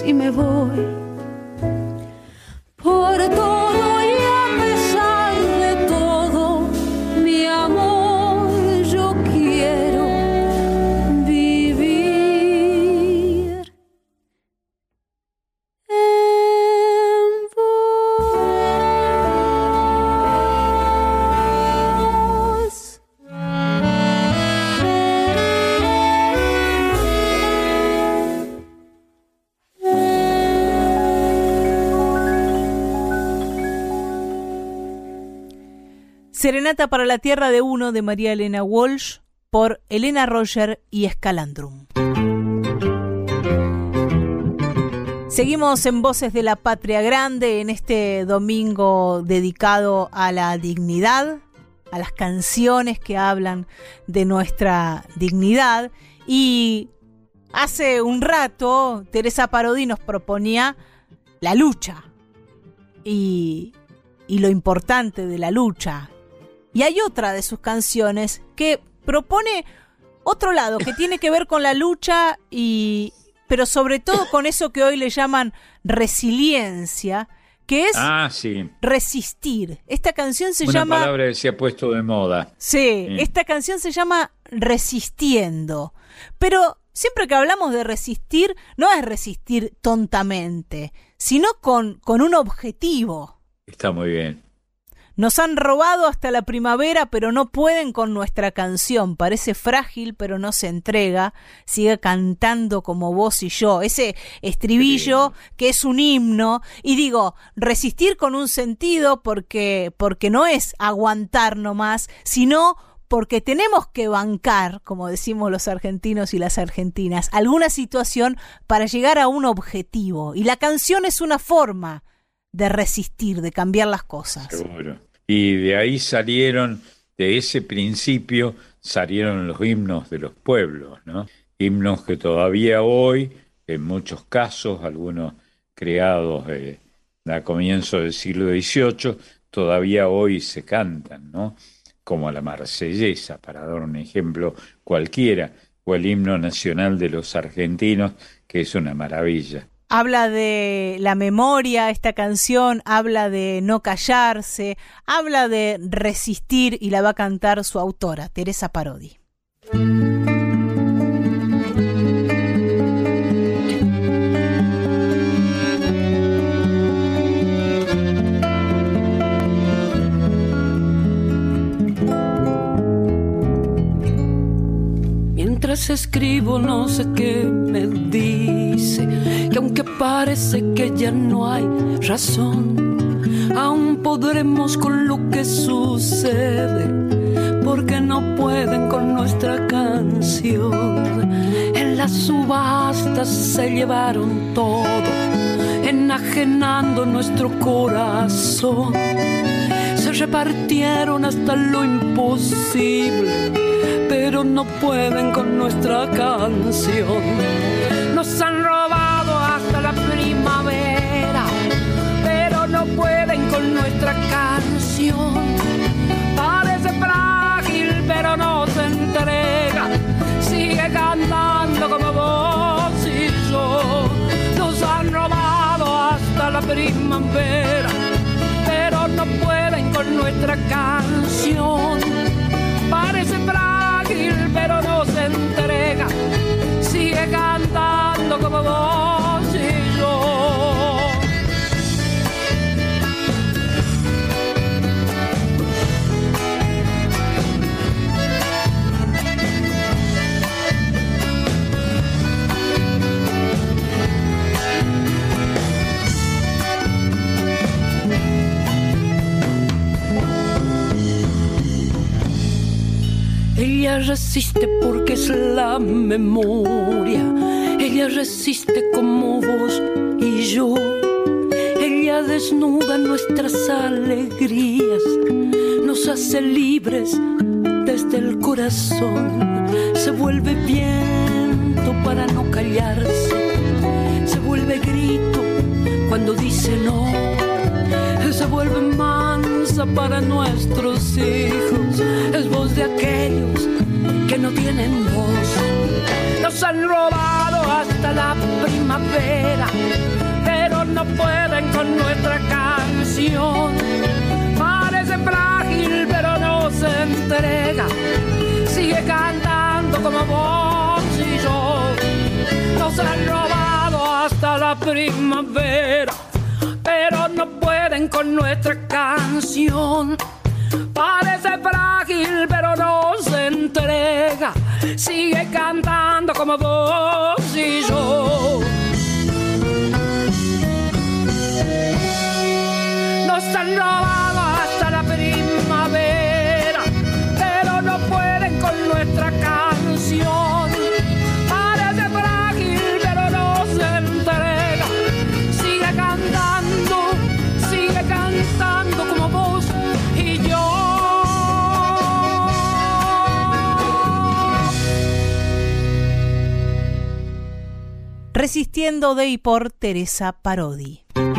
y me voy. Por todo y a pesar de todo, mi amor, yo quiero vivir en vos. Serenata para la Tierra de Uno de María Elena Walsh por Elena Roger y Escalandrum. Seguimos en Voces de la Patria Grande en este domingo dedicado a la dignidad, a las canciones que hablan de nuestra dignidad. Y hace un rato Teresa Parodi nos proponía la lucha y lo importante de la lucha. Y hay otra de sus canciones que propone otro lado, que tiene que ver con la lucha, pero sobre todo con eso que hoy le llaman resiliencia, que es resistir. Esta canción se llama... Una palabra que se ha puesto de moda. Sí, esta canción se llama Resistiendo. Pero siempre que hablamos de resistir, no es resistir tontamente, sino con un objetivo. Está muy bien. Nos han robado hasta la primavera, pero no pueden con nuestra canción. Parece frágil, pero no se entrega. Sigue cantando como vos y yo. Ese estribillo que es un himno. Y digo, resistir con un sentido porque no es aguantar nomás, sino porque tenemos que bancar, como decimos los argentinos y las argentinas, alguna situación para llegar a un objetivo. Y la canción es una forma de resistir, de cambiar las cosas. Seguro. Y de ahí salieron, de ese principio, salieron los himnos de los pueblos, ¿no? Himnos que todavía hoy, en muchos casos, algunos creados a comienzos del siglo XVIII, todavía hoy se cantan, ¿no? Como la Marsellesa, para dar un ejemplo cualquiera, o el himno nacional de los argentinos, que es una maravilla. Habla de la memoria, esta canción, habla de no callarse, habla de resistir y la va a cantar su autora, Teresa Parodi. Mientras escribo no sé qué me dice, que aunque parece que ya no hay razón, aún podremos con lo que sucede, porque no pueden con nuestra canción. En las subastas se llevaron todo, enajenando nuestro corazón. Se repartieron hasta lo imposible, pero no pueden con nuestra canción. Nos han robado hasta la primavera, pero no pueden con nuestra canción. Parece frágil, pero no se entrega, sigue cantando como vos y yo. Nos han robado hasta la primavera, pero no pueden con nuestra canción. Parece frágil, pero no se entrega, sigue cantando como vos y yo. Ella resiste porque es la memoria, ella resiste como vos y yo. Ella desnuda nuestras alegrías, nos hace libres desde el corazón. Se vuelve viento para no callarse, se vuelve grito cuando dice no, se vuelve mansa para nuestros hijos, es voz de aquellos que no tienen voz. Nos han robado hasta la primavera, pero no pueden con nuestra canción. Parece frágil, pero no se entrega. Sigue cantando como vos y yo. Nos han robado hasta la primavera, pero no pueden con nuestra canción. Parece frágil, pero no se entrega. Sigue cantando como vos y yo. Nos han robado hasta la primavera, pero no pueden con nuestra canción. Parece frágil, pero no se entrega. Sigue cantando como vos y yo. Resistiendo de y por Teresa Parodi.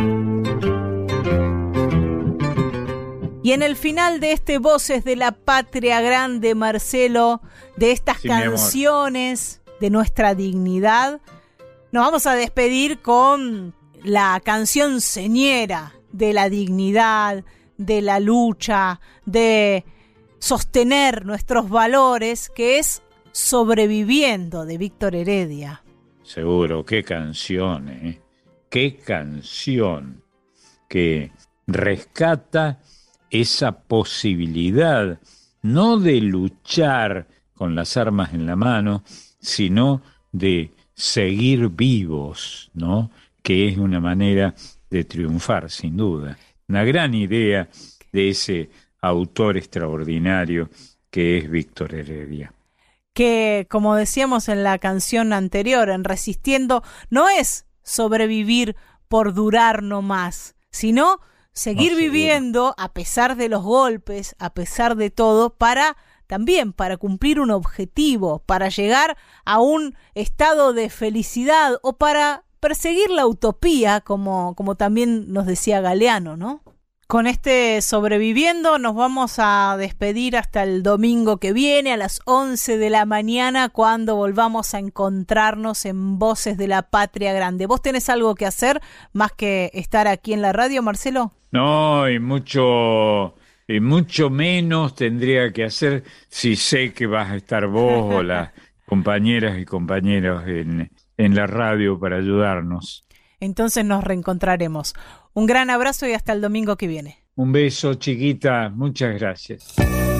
Y en el final de este Voces de la Patria Grande, Marcelo, de estas canciones de nuestra dignidad, nos vamos a despedir con la canción señera de la dignidad, de la lucha, de sostener nuestros valores, que es Sobreviviendo, de Víctor Heredia. Seguro, qué canción, ¿eh? Qué canción que rescata esa posibilidad no de luchar con las armas en la mano, sino de seguir vivos, ¿no? Que es una manera de triunfar, sin duda. Una gran idea de ese autor extraordinario que es Víctor Heredia. Que, como decíamos en la canción anterior, en Resistiendo, no es sobrevivir por durar nomás, sino seguir viviendo a pesar de los golpes, a pesar de todo, para cumplir un objetivo, para llegar a un estado de felicidad o para perseguir la utopía, como también nos decía Galeano, ¿no? Con este Sobreviviendo nos vamos a despedir hasta el domingo que viene a las 11 de la mañana, cuando volvamos a encontrarnos en Voces de la Patria Grande. ¿Vos tenés algo que hacer más que estar aquí en la radio, Marcelo? No, y mucho menos tendría que hacer si sé que vas a estar vos o las compañeras y compañeros en la radio para ayudarnos. Entonces nos reencontraremos. Un gran abrazo y hasta el domingo que viene. Un beso, chiquita. Muchas gracias.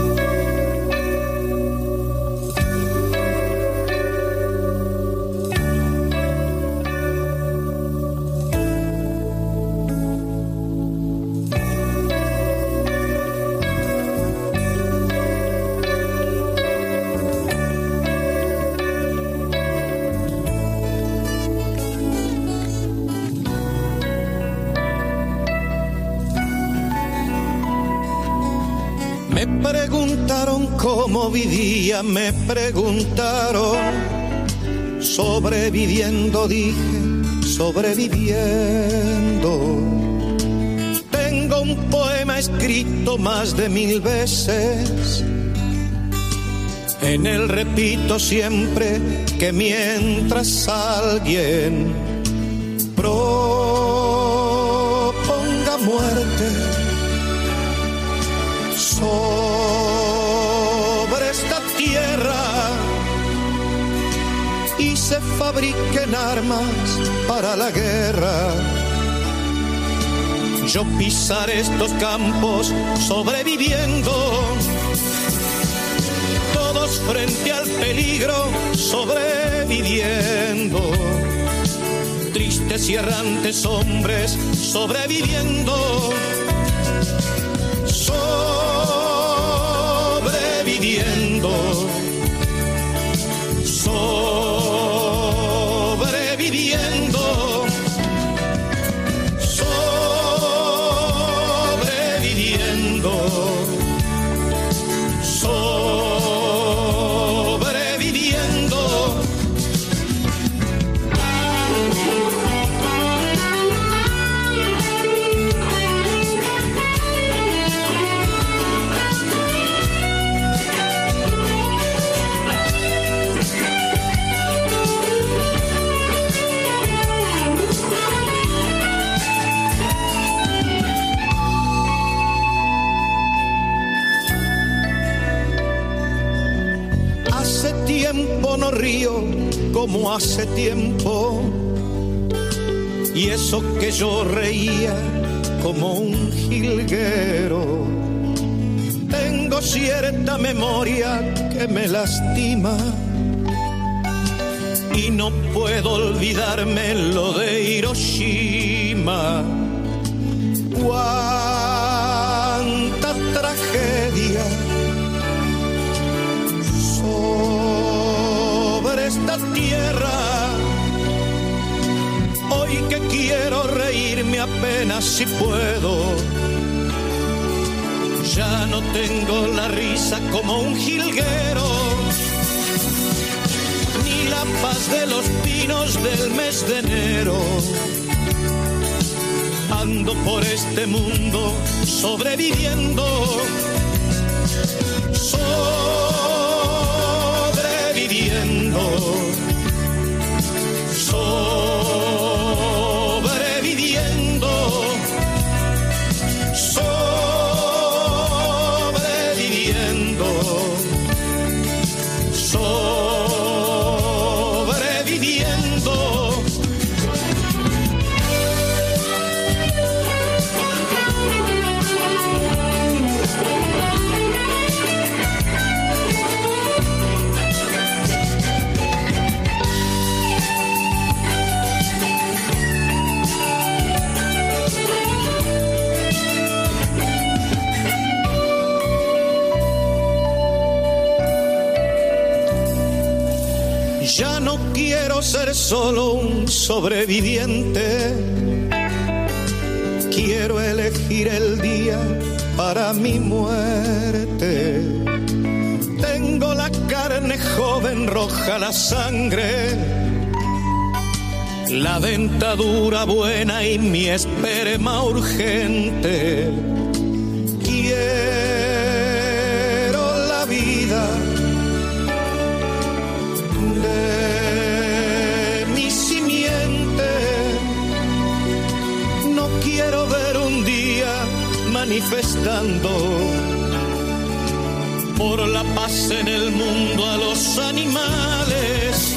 Me preguntaron cómo vivía, me preguntaron. Sobreviviendo, dije, sobreviviendo. Tengo un poema escrito más de 1000 veces. En él repito siempre que mientras alguien proponga muerte sobre esta tierra y se fabriquen armas para la guerra, yo pisaré estos campos sobreviviendo, todos frente al peligro sobreviviendo, tristes y errantes hombres sobreviviendo. Sobreviviendo, sobreviviendo, sobreviviendo, sobreviviendo. como hace tiempo, y eso que yo reía como un jilguero. Tengo cierta memoria que me lastima y no puedo olvidarme lo de Hiroshima. Cuánta tragedia sobre esta tierra. Hoy que quiero reírme apenas si puedo. Ya no tengo la risa como un jilguero, ni la paz de los pinos del mes de enero. Ando por este mundo sobreviviendo, sobreviviendo, sobreviviendo, sobreviviendo, sobreviviendo. Ya no quiero ser solo un sobreviviente, quiero elegir el día para mi muerte. Tengo la carne joven, roja la sangre, la dentadura buena y mi esperma urgente. Quiero la vida de mi simiente. No quiero ver un día manifestando por la paz en el mundo a los animales.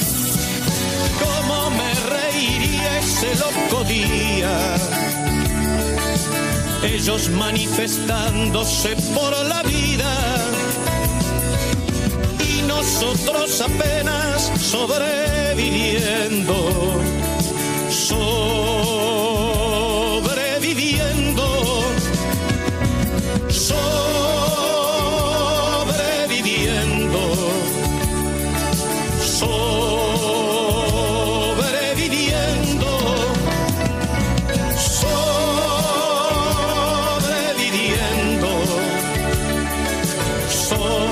Cómo me reiría ese loco día, ellos manifestándose por la vida y nosotros apenas sobreviviendo, sobreviviendo, sobreviviendo, sobreviviendo, sobreviviendo, sobreviviendo.